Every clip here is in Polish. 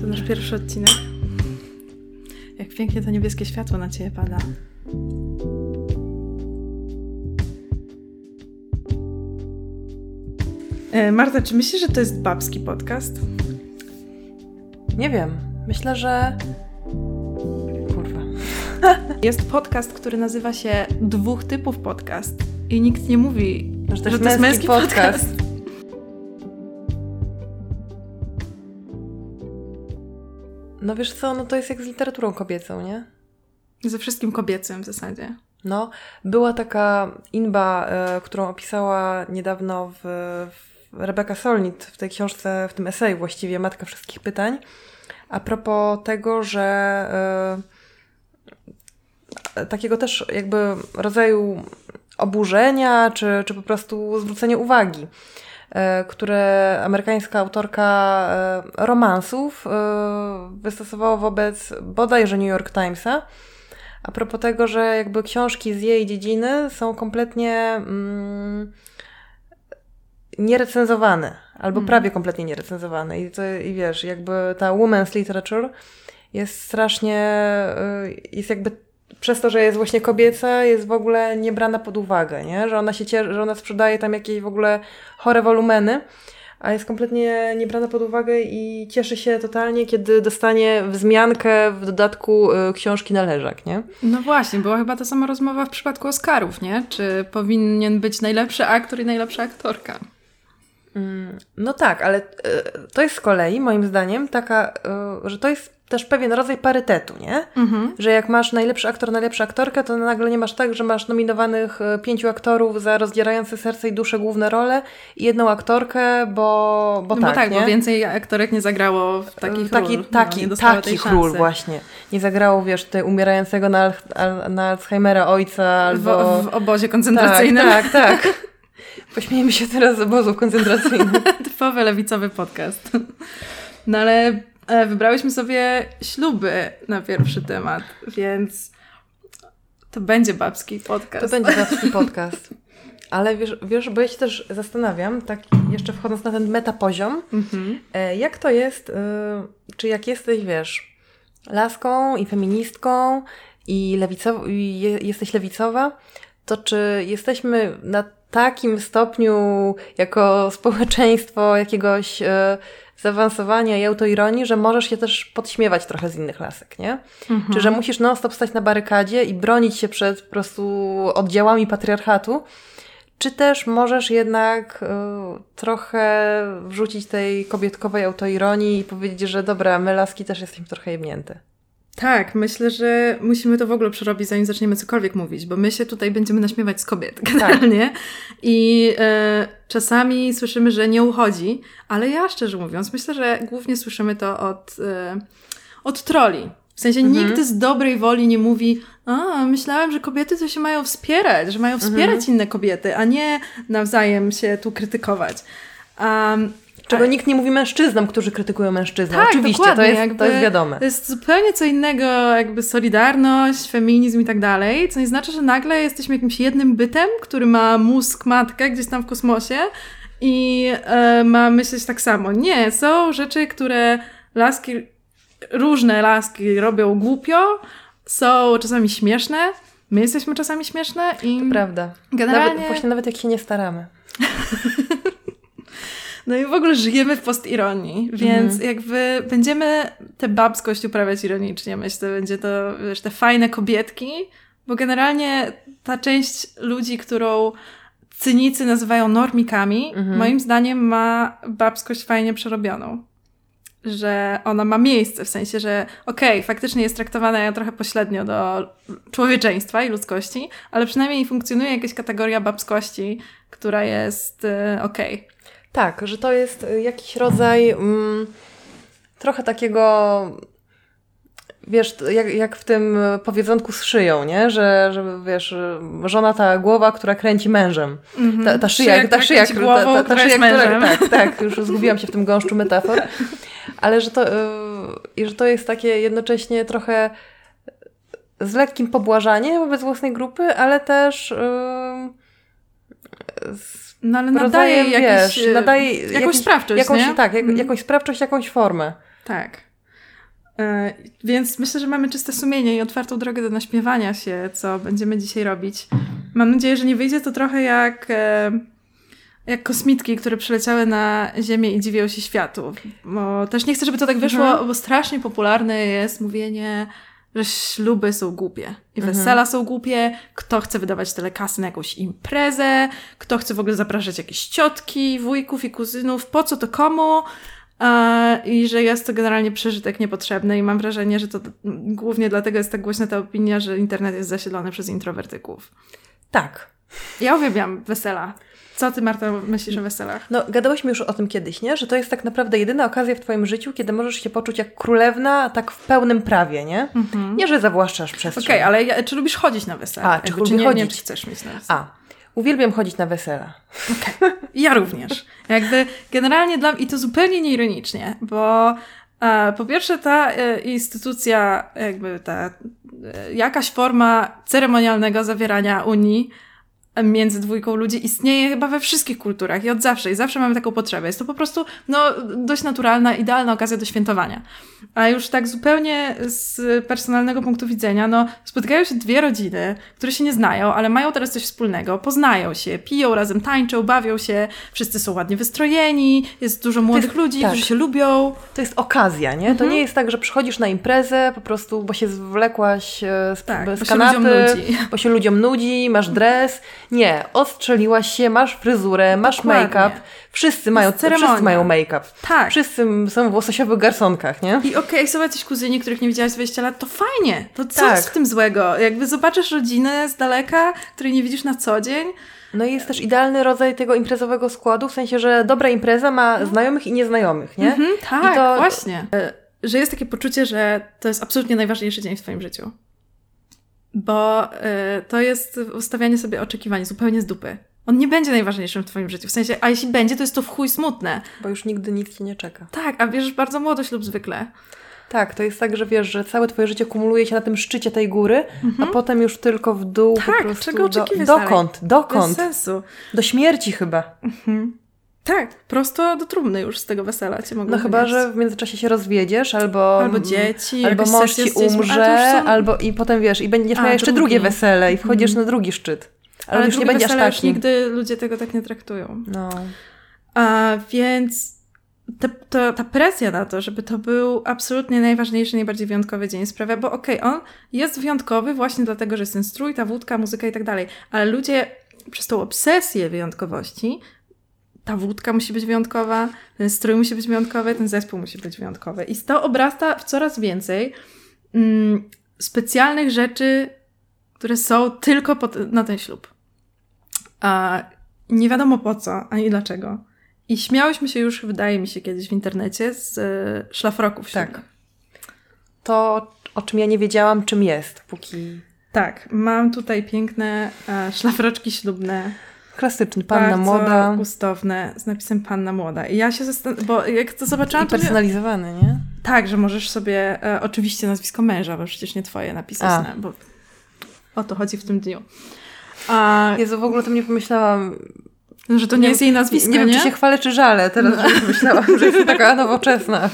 To nasz pierwszy odcinek. Jak pięknie to niebieskie światło na Ciebie pada. Marta, czy myślisz, że to jest babski podcast? Nie wiem. Myślę, że... Kurwa. Jest podcast, który nazywa się Dwóch typów podcast. I nikt nie mówi, że to jest męski podcast. No wiesz co, no to jest jak z literaturą kobiecą, nie? Ze wszystkim kobiecym w zasadzie. No, była taka inba, którą opisała niedawno w Rebecca Solnit w tej książce, w tym eseju właściwie, Matka Wszystkich Pytań, a propos tego, że takiego też jakby rodzaju oburzenia, czy po prostu zwrócenia uwagi, które amerykańska autorka romansów wystosowała wobec bodajże New York Timesa, a propos tego, że jakby książki z jej dziedziny są kompletnie nierecenzowane, albo prawie kompletnie nierecenzowane. I wiesz, jakby ta women's literature jest strasznie, jest jakby przez to, że jest właśnie kobieca, jest w ogóle nie brana pod uwagę, nie? Że ona się że ona sprzedaje tam jakieś w ogóle chore wolumeny, a jest kompletnie nie brana pod uwagę i cieszy się totalnie, kiedy dostanie wzmiankę w dodatku książki na leżak, nie? No właśnie, była chyba ta sama rozmowa w przypadku Oscarów, nie? Czy powinien być najlepszy aktor i najlepsza aktorka? No tak, ale to jest z kolei moim zdaniem taka, że to jest też pewien rodzaj parytetu, nie? Że jak masz najlepszy aktor, najlepsza aktorkę, to nagle nie masz tak, że masz nominowanych 5 aktorów za rozdzierające serce i duszę główne role i jedną aktorkę, bo tak, nie? Bo więcej aktorek nie zagrało w takich ról. Taki ról właśnie. Nie zagrało, wiesz, tutaj umierającego na Alzheimera ojca albo... W obozie koncentracyjnym. Tak. Pośmiejmy się teraz z obozów koncentracyjnych. Typowy lewicowy podcast. No ale wybrałyśmy sobie śluby na pierwszy temat, więc to będzie babski podcast. To będzie babski podcast. Ale wiesz, bo ja się też zastanawiam, tak jeszcze wchodząc na ten metapoziom, jak to jest, czy jak jesteś, wiesz, laską i feministką i jesteś lewicowa, to czy jesteśmy na takim stopniu jako społeczeństwo jakiegoś zaawansowania i autoironii, że możesz się też podśmiewać trochę z innych lasek, nie? Czy że musisz non-stop stać na barykadzie i bronić się przed po prostu oddziałami patriarchatu, czy też możesz jednak trochę wrzucić tej kobietkowej autoironii i powiedzieć, że dobra, my laski też jesteśmy trochę jebnięte. Tak, myślę, że musimy to w ogóle przerobić, zanim zaczniemy cokolwiek mówić, bo my się tutaj będziemy naśmiewać z kobiet generalnie. Tak. I czasami słyszymy, że nie uchodzi, ale ja szczerze mówiąc, myślę, że głównie słyszymy to od trolli. W sensie nikt z dobrej woli nie mówi, myślałem, że kobiety to się mają wspierać, że mają wspierać inne kobiety, a nie nawzajem się tu krytykować. Czego nikt nie mówi mężczyznom, którzy krytykują mężczyznę. Tak, oczywiście, to jest wiadome. To jest zupełnie co innego, jakby solidarność, feminizm i tak dalej, co nie znaczy, że nagle jesteśmy jakimś jednym bytem, który ma mózg, matkę gdzieś tam w kosmosie i ma myśleć tak samo. Nie, są rzeczy, które różne laski robią głupio, są czasami śmieszne, my jesteśmy czasami śmieszne i... To prawda. Generalnie... Nawet jak się nie staramy. No i w ogóle żyjemy w postironii, więc jakby będziemy tę babskość uprawiać ironicznie, myślę. Będzie to, wiesz, te fajne kobietki, bo generalnie ta część ludzi, którą cynicy nazywają normikami, moim zdaniem ma babskość fajnie przerobioną. Że ona ma miejsce, w sensie, że faktycznie jest traktowana trochę pośrednio do człowieczeństwa i ludzkości, ale przynajmniej funkcjonuje jakaś kategoria babskości, która jest Tak, że to jest jakiś rodzaj trochę takiego, wiesz, jak w tym powiedzonku z szyją, nie? Że wiesz, żona ta głowa, która kręci mężem. Ta szyja, która jest mężem. Tak, już zgubiłam się w tym gąszczu metafor. Ale że to jest takie jednocześnie trochę z lekkim pobłażaniem wobec własnej grupy, ale też No ale nadaje jakąś sprawczość, jakąś sprawczość, jakąś formę. Tak. Więc myślę, że mamy czyste sumienie i otwartą drogę do naśmiewania się, co będziemy dzisiaj robić. Mam nadzieję, że nie wyjdzie to trochę jak kosmitki, które przyleciały na Ziemię i dziwią się światu. Bo też nie chcę, żeby to tak wyszło, bo strasznie popularne jest mówienie, że śluby są głupie i wesela są głupie, kto chce wydawać tyle kasy na jakąś imprezę, kto chce w ogóle zapraszać jakieś ciotki, wujków i kuzynów, po co to komu? I że jest to generalnie przeżytek niepotrzebny i mam wrażenie, że to głównie dlatego jest tak głośna ta opinia, że internet jest zasiedlony przez introwertyków. Tak. Ja uwielbiam wesela. Co ty, Marta, myślisz o weselach? No, gadałyśmy już o tym kiedyś, nie? Że to jest tak naprawdę jedyna okazja w twoim życiu, kiedy możesz się poczuć jak królewna, tak w pełnym prawie, nie? Nie, że zawłaszczasz przestrzeń. Okej, ale czy lubisz chodzić na wesela? Czy lubię chodzić? Nie, czy chcesz mieć na wesela? Uwielbiam chodzić na wesela. Okay. Ja również. Jakby generalnie i to zupełnie nieironicznie, bo po pierwsze ta instytucja, jakby jakaś forma ceremonialnego zawierania unii między dwójką ludzi istnieje chyba we wszystkich kulturach i od zawsze. I zawsze mamy taką potrzebę. Jest to po prostu dość naturalna, idealna okazja do świętowania. A już tak zupełnie z personalnego punktu widzenia, spotykają się dwie rodziny, które się nie znają, ale mają teraz coś wspólnego. Poznają się, piją razem, tańczą, bawią się. Wszyscy są ładnie wystrojeni. Jest dużo młodych ludzi, którzy się lubią. To jest okazja, nie? To nie jest tak, że przychodzisz na imprezę po prostu, bo się zwlekłaś z kanapy, bo się ludziom nudzi, masz dres. Nie, odstrzeliłaś się, masz fryzurę, masz make-up. Wszyscy mają make-up. Tak. Wszyscy są w łososiowych garsonkach, nie? I są jacyś kuzyni, których nie widziałaś 20 lat, to fajnie. To co jest w tym złego? Jakby zobaczysz rodzinę z daleka, której nie widzisz na co dzień. No i jest też idealny rodzaj tego imprezowego składu, w sensie, że dobra impreza ma znajomych i nieznajomych, nie? Tak, właśnie. Że jest takie poczucie, że to jest absolutnie najważniejszy dzień w twoim życiu. Bo to jest ustawianie sobie oczekiwań zupełnie z dupy. On nie będzie najważniejszym w twoim życiu. W sensie, a jeśli będzie, to jest to w chuj smutne. Bo już nigdy nic cię nie czeka. Tak, a bierzesz bardzo młody ślub zwykle. Tak, to jest tak, że wiesz, że całe twoje życie kumuluje się na tym szczycie tej góry, a potem już tylko w dół po prostu. Czego oczekiwać Dokąd? Bez sensu. Do śmierci chyba. Tak, prosto do trumny już z tego wesela cię mogą wynieść. Chyba, że w międzyczasie się rozwiedziesz, albo dzieci, albo mąż ci umrze, albo i potem wiesz, i będziesz miała jeszcze drugie wesele i wchodzisz na drugi szczyt. Ale już nie będzie aż tak. Nigdy ludzie tego tak nie traktują. No. Więc ta presja na to, żeby to był absolutnie najważniejszy, najbardziej wyjątkowy dzień sprawia, bo on jest wyjątkowy właśnie dlatego, że jest ten strój, ta wódka, muzyka i tak dalej. Ale ludzie przez tą obsesję wyjątkowości, ta wódka musi być wyjątkowa, ten strój musi być wyjątkowy, ten zespół musi być wyjątkowy. I to obrasta w coraz więcej specjalnych rzeczy, które są tylko na ten ślub. A nie wiadomo po co, ani dlaczego. I śmiałyśmy się już, wydaje mi się, kiedyś w internecie z szlafroków ślubnych. Tak. To, o czym ja nie wiedziałam, czym jest, póki... Tak, mam tutaj piękne szlafroczki ślubne. Klasyczny, panna młoda. Bardzo gustowne, z napisem panna młoda. I ja się bo jak to zobaczyłam... I personalizowane, nie? Tak, że możesz sobie oczywiście nazwisko męża, bo przecież nie twoje napisać, bo o to chodzi w tym dniu. Jezu, w ogóle o tym nie pomyślałam. Że to nie jest jej nazwisko, nie? Nie wiem, czy się chwalę, czy żalę. Teraz myślałam, że jestem taka nowoczesna.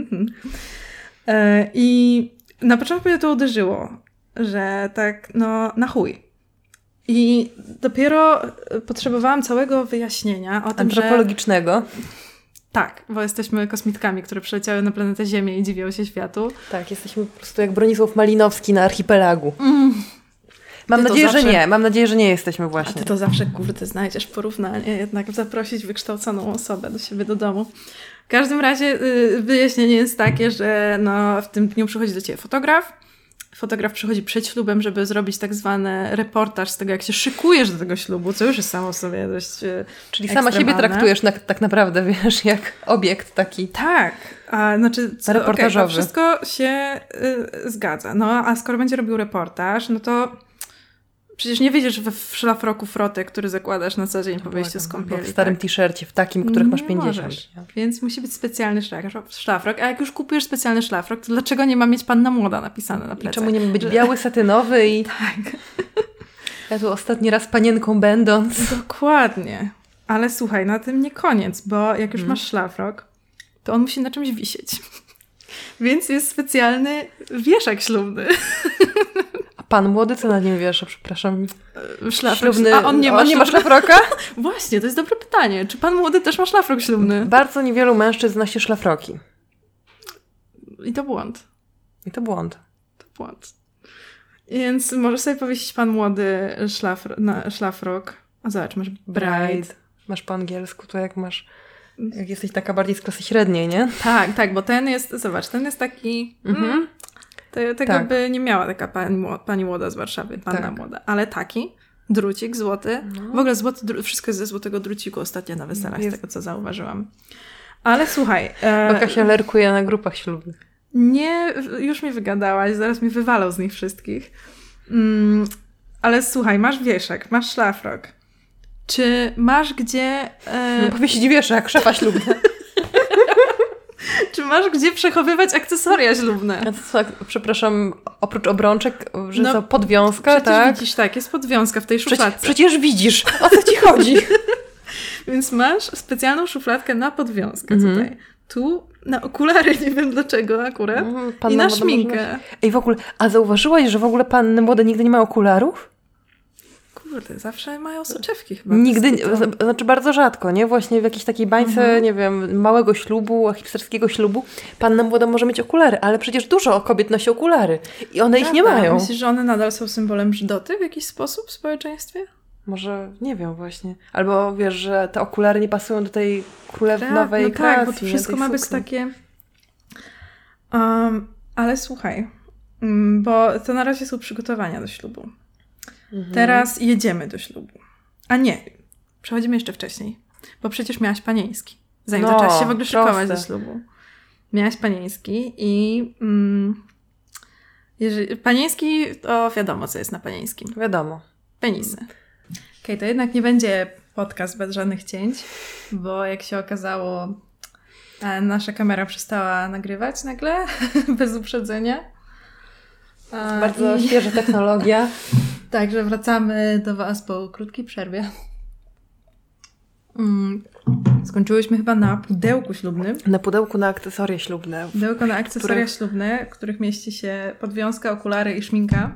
I na początku mnie to uderzyło, że tak, na chuj. I dopiero potrzebowałam całego wyjaśnienia o tym, antropologicznego. Tak, bo jesteśmy kosmitkami, które przyleciały na planetę Ziemię i dziwią się światu. Tak, jesteśmy po prostu jak Bronisław Malinowski na archipelagu. Mam nadzieję, że nie jesteśmy właśnie. A ty to zawsze, znajdziesz porównanie, jednak zaprosić wykształconą osobę do siebie do domu. W każdym razie wyjaśnienie jest takie, że w tym dniu przychodzi do ciebie fotograf. Fotograf przychodzi przed ślubem, żeby zrobić tak zwany reportaż z tego, jak się szykujesz do tego ślubu, co już jest samo w sobie dość Czyli sama siebie traktujesz tak naprawdę, wiesz, jak obiekt taki. Tak, reportażowy. To wszystko się zgadza. A skoro będzie robił reportaż, to przecież nie wyjdziesz w szlafroku froty, który zakładasz na co dzień po wyjściu z kąpieli. W starym t-shircie, w takim, których masz 50. Więc musi być specjalny szlafrok. A jak już kupujesz specjalny szlafrok, to dlaczego nie ma mieć panna młoda napisane na plecach? Czemu nie ma być biały, satynowy i... Tak. Ja tu ostatni raz panienką będąc. Dokładnie. Ale słuchaj, na tym nie koniec, bo jak już masz szlafrok, to on musi na czymś wisieć. Więc jest specjalny wieszak ślubny. A pan młody co na nim wiesza, przepraszam? Szlafrok Ślubny. A on nie ma szlafroka? Właśnie, to jest dobre pytanie. Czy pan młody też ma szlafrok ślubny? Bardzo niewielu mężczyzn nosi szlafroki. I to błąd. To błąd. Więc może sobie powiesić pan młody szlafrok. A zobacz, masz bride. Masz po angielsku, to jak jesteś taka bardziej z klasy średniej, nie? Tak, bo ten jest, zobacz, ten jest taki... Tego tak. by nie miała taka pani młoda z Warszawy, panna młoda. Ale taki, drucik złoty. W ogóle wszystko jest ze złotego druciku ostatnio na weselach, z tego co zauważyłam. Ale słuchaj... Bo Kasia lerkuje na grupach ślubnych. Nie, już mi wygadałaś, zaraz mi wywalał z nich wszystkich. Ale słuchaj, masz wieszak, masz szlafrok. Czy masz gdzie... Powiesić wieszak, szafa ślubna. Czy masz gdzie przechowywać akcesoria ślubne? A to co, przepraszam, oprócz obrączek, że to podwiązka, przecież widzisz, jest podwiązka w tej szufladce. Przecież widzisz, o co ci chodzi? Więc masz specjalną szufladkę na podwiązkę tutaj. Tu na okulary, nie wiem dlaczego akurat. I na szminkę. Ej, w ogóle, a zauważyłaś, że w ogóle panny młode nigdy nie mają okularów? Kurde, zawsze mają soczewki chyba. Nigdy, znaczy bardzo rzadko, nie? Właśnie w jakiejś takiej bańce, nie wiem, małego ślubu, hipsterskiego ślubu, panna młoda może mieć okulary, ale przecież dużo kobiet nosi okulary i one ich nie mają. Myślisz, że one nadal są symbolem brzydoty w jakiś sposób w społeczeństwie? Może, nie wiem właśnie. Albo wiesz, że te okulary nie pasują do tej królewnowej kreacji. Tak, bo to wszystko ma być takie... ale słuchaj, bo to na razie są przygotowania do ślubu. Teraz jedziemy do ślubu. A nie, przechodzimy jeszcze wcześniej, bo przecież miałaś panieński. Zanim zaczęłaś się w ogóle szykować do ślubu. Miałaś panieński i panieński, to wiadomo, co jest na panieńskim. Wiadomo. Penisy. Okej, to jednak nie będzie podcast bez żadnych cięć, bo jak się okazało, nasza kamera przestała nagrywać nagle, bez uprzedzenia. Bardzo świeża technologia. Także wracamy do Was po krótkiej przerwie. Skończyłyśmy chyba na pudełku ślubnym. Na pudełku na akcesoria ślubne. Pudełko na akcesoria ślubne, w których mieści się podwiązka, okulary i szminka.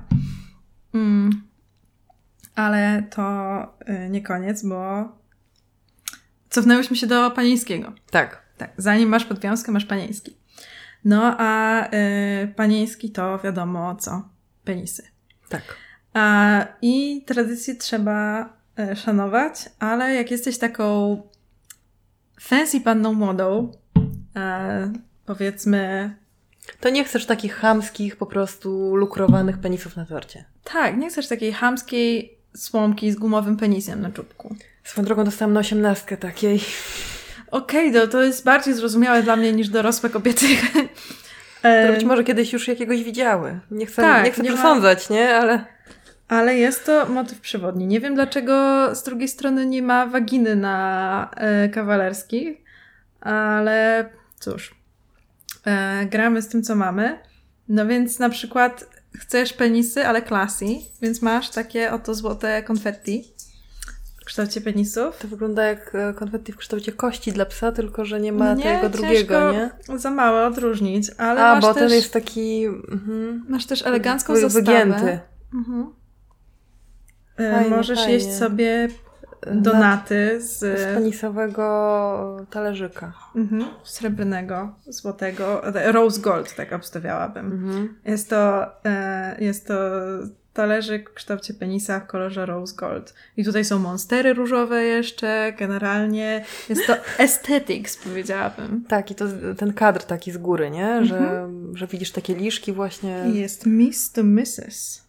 Ale to nie koniec, bo cofnęłyśmy się do panieńskiego. Tak. Zanim masz podwiązkę, masz panieński. No a panieński to wiadomo co? Penisy. Tak. I tradycje trzeba szanować, ale jak jesteś taką fancy panną młodą, powiedzmy... To nie chcesz takich chamskich, po prostu lukrowanych penisów na torcie. Tak, nie chcesz takiej chamskiej słomki z gumowym penisem na czubku. Swoją drogą dostałam na 18 takiej. Okej, to jest bardziej zrozumiałe dla mnie niż dorosłe kobiety. Które być może kiedyś już jakiegoś widziały. Nie chcę przesądzać, nie? Ale jest to motyw przewodni. Nie wiem, dlaczego z drugiej strony nie ma waginy na kawalerskich, ale cóż, gramy z tym, co mamy. No więc na przykład chcesz penisy, ale classy, więc masz takie oto złote konfetti w kształcie penisów. To wygląda jak konfetti w kształcie kości dla psa, tylko że nie ma tego drugiego, nie? Za małe odróżnić, ale masz bo też... ten jest taki... Masz też elegancką zastawę. Wygięty. Możesz jeść sobie donaty z penisowego talerzyka. Srebrnego, złotego, rose gold, tak obstawiałabym. Jest to talerzyk w kształcie penisa w kolorze rose gold. I tutaj są monstery różowe jeszcze, generalnie jest to aesthetics, powiedziałabym. Tak, i to ten kadr taki z góry, nie? Że widzisz takie liszki właśnie. Jest Miss to Mrs.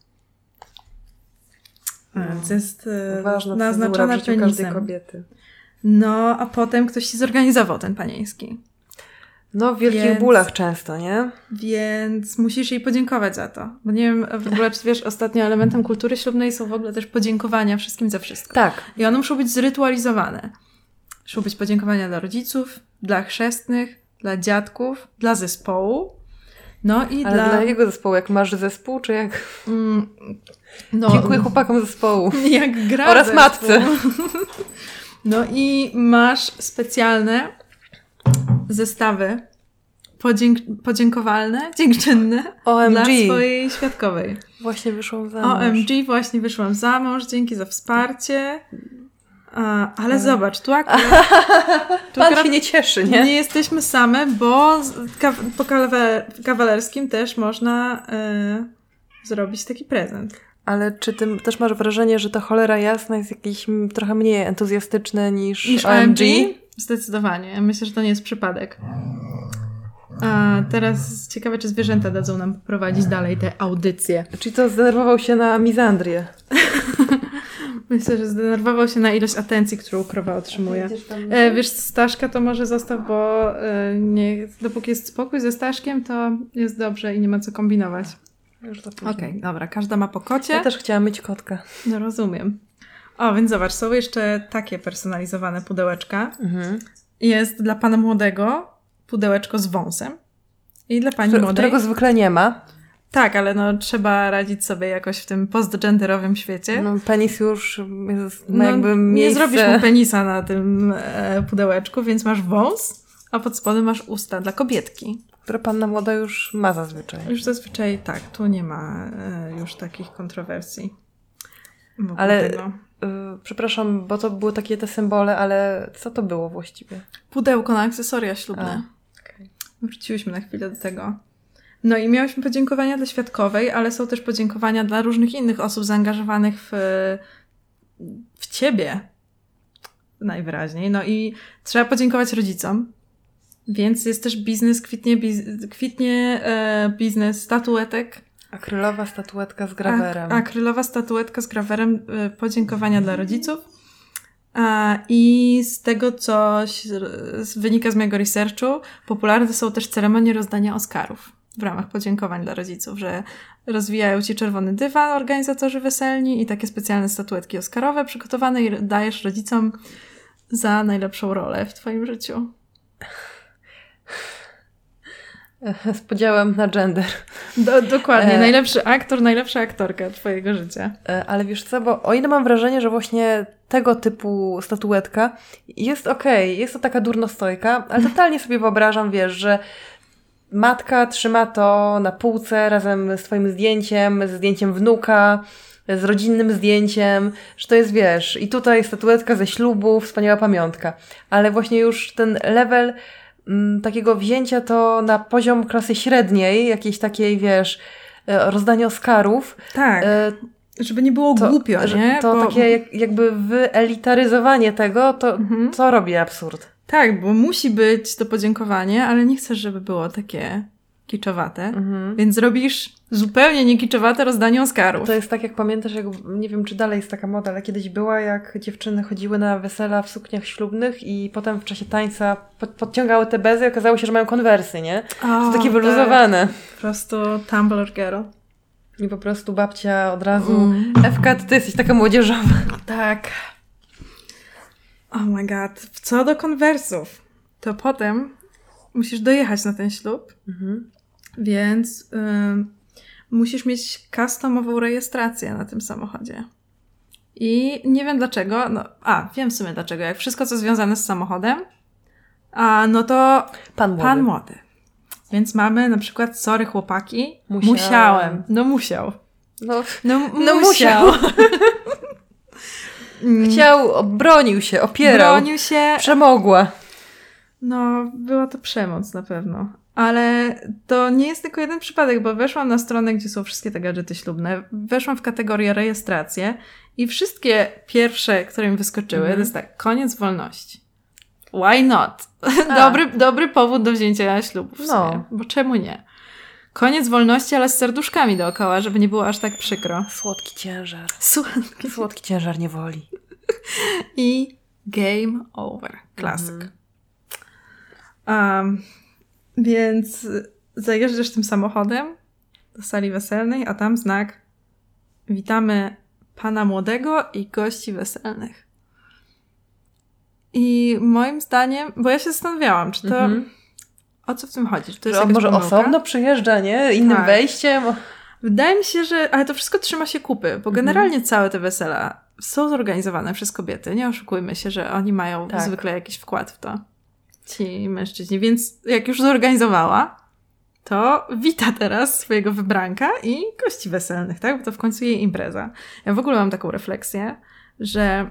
Więc jest naznaczona penisem każdej kobiety. No, a potem ktoś ci zorganizował ten panieński. No, w wielkich bólach często, nie? Więc musisz jej podziękować za to. Bo nie wiem, w ogóle, czy wiesz, ostatnio elementem kultury ślubnej są w ogóle też podziękowania wszystkim za wszystko. Tak. I one muszą być zrytualizowane. Muszą być podziękowania dla rodziców, dla chrzestnych, dla dziadków, dla zespołu. No i ale dla jakiego zespołu? Jak masz zespół, czy jak... Dziękuję chłopakom zespołu. Jak gra oraz zespół. matce. No i masz specjalne zestawy podziękowalne, dziękczynne OMG. dla swojej świadkowej. Właśnie wyszłam za mąż. OMG, właśnie wyszłam za mąż, dzięki za wsparcie. Ale zobacz, tu Pan się nie cieszy, nie? Nie jesteśmy same, bo po kawalerskim też można zrobić taki prezent. Ale czy ty też masz wrażenie, że ta cholera jasna jest jakiś trochę mniej entuzjastyczne niż OMG? Zdecydowanie. Ja myślę, że to nie jest przypadek. A teraz ciekawe, czy zwierzęta dadzą nam poprowadzić dalej te audycje. Czyli to zdenerwował się na mizandrię. Myślę, że zdenerwował się na ilość atencji, którą krowa otrzymuje. Wiesz, Staszka to może zostaw, bo dopóki jest spokój ze Staszkiem, to jest dobrze i nie ma co kombinować. Okej, dobra, każda ma po kocie. Ja też chciałam mieć kotka. No rozumiem. Więc zobacz, są jeszcze takie personalizowane pudełeczka. Jest dla pana młodego pudełeczko z wąsem i dla pani młodej... Którego zwykle nie ma. Tak, ale trzeba radzić sobie jakoś w tym postgenderowym świecie. No, penis już jest jakby miejsce... Nie zrobisz mu penisa na tym pudełeczku, więc masz wąs, a pod spodem masz usta dla kobietki. Które panna młoda już ma zazwyczaj. Już zazwyczaj tak, tu nie ma już takich kontrowersji. Ale przepraszam, bo to były takie te symbole, ale co to było właściwie? Pudełko na akcesoria ślubne. Okay. Wróciłyśmy na chwilę do tego. No i miałyśmy podziękowania dla świadkowej, ale są też podziękowania dla różnych innych osób zaangażowanych w ciebie najwyraźniej. No i trzeba podziękować rodzicom. Więc jest też kwitnie biznes statuetek. Akrylowa statuetka z grawerem. Akrylowa statuetka z grawerem, podziękowania dla rodziców. I z tego, co wynika z mojego researchu, popularne są też ceremonie rozdania Oscarów w ramach podziękowań dla rodziców, że rozwijają ci czerwony dywan organizatorzy weselni i takie specjalne statuetki oscarowe przygotowane i dajesz rodzicom za najlepszą rolę w twoim życiu. Z podziałem na gender. Dokładnie. Najlepszy aktor, najlepsza aktorka twojego życia. Ale wiesz co, bo o ile mam wrażenie, że właśnie tego typu statuetka jest okej, jest to taka durnostojka, ale totalnie sobie wyobrażam, wiesz, że matka trzyma to na półce razem z twoim zdjęciem, ze zdjęciem wnuka, z rodzinnym zdjęciem, że to jest, wiesz, i tutaj statuetka ze ślubu, wspaniała pamiątka. Ale właśnie już ten level takiego wzięcia to na poziom klasy średniej, jakiejś takiej, wiesz, rozdanie Oscarów. Tak, żeby nie było głupio, nie? To takie jakby wyelitaryzowanie tego, to robi absurd. Tak, bo musi być to podziękowanie, ale nie chcesz, żeby było takie kiczowate, więc robisz zupełnie nie kiczowate rozdanie Oscarów. To jest tak, jak pamiętasz, nie wiem, czy dalej jest taka moda, ale kiedyś była, jak dziewczyny chodziły na wesela w sukniach ślubnych i potem w czasie tańca podciągały te bezy i okazało się, że mają konwersy, nie? To takie wyluzowane. Tak. Po prostu Tumblr girl. I po prostu babcia od razu Ewka, ty jesteś taka młodzieżowa. Tak. Oh my god. Co do konwersów, to potem musisz dojechać na ten ślub, więc musisz mieć customową rejestrację na tym samochodzie. I nie wiem dlaczego, wiem w sumie dlaczego. Jak wszystko, co związane z samochodem, no to pan młody. Więc mamy na przykład, sorry chłopaki, musiałem. No musiał. Musiał. Chciał, bronił się, opierał. Przemogła. No, była to przemoc na pewno. Ale to nie jest tylko jeden przypadek, bo weszłam na stronę, gdzie są wszystkie te gadżety ślubne. Weszłam w kategorię rejestrację i wszystkie pierwsze, które mi wyskoczyły, to jest tak, koniec wolności. Why not? Dobry powód do wzięcia ślubu w sumie, bo czemu nie? Koniec wolności, ale z serduszkami dookoła, żeby nie było aż tak przykro. Słodki ciężar. Słodki ciężar niewoli. I game over. Klasyk. Więc zajeżdżasz tym samochodem do sali weselnej, a tam znak: witamy pana młodego i gości weselnych. I moim zdaniem, bo ja się zastanawiałam, czy to o co w tym chodzi? Czy to jest może pomyłka? osobno przyjeżdża, nie? Innym wejściem? Wydaje mi się, że... Ale to wszystko trzyma się kupy, bo generalnie całe te wesela są zorganizowane przez kobiety. Nie oszukujmy się, że oni mają zwykle jakiś wkład w to. ci mężczyźni. Więc jak już zorganizowała, to wita teraz swojego wybranka i gości weselnych, tak? Bo to w końcu jej impreza. Ja w ogóle mam taką refleksję, że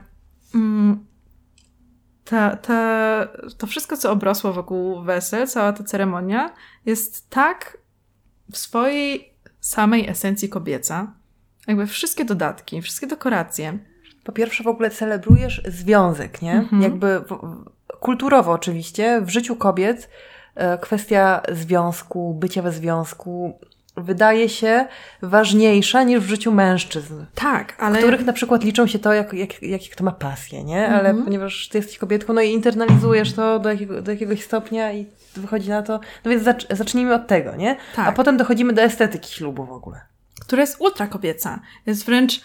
to wszystko, co obrosło wokół wesel, cała ta ceremonia jest tak w swojej samej esencji kobieca. Jakby wszystkie dodatki, wszystkie dekoracje. Po pierwsze w ogóle celebrujesz związek, nie? Jakby kulturowo oczywiście, w życiu kobiet kwestia związku, bycia we związku wydaje się ważniejsza niż w życiu mężczyzn. Tak, ale... Których na przykład liczą się to, jak kto ma pasję, nie? Ale ponieważ ty jesteś kobietką, no i internalizujesz to do jakiegoś stopnia i wychodzi na to... No więc zacznijmy od tego, nie? Tak. A potem dochodzimy do estetyki ślubu w ogóle. Która jest ultra kobieca. Jest wręcz...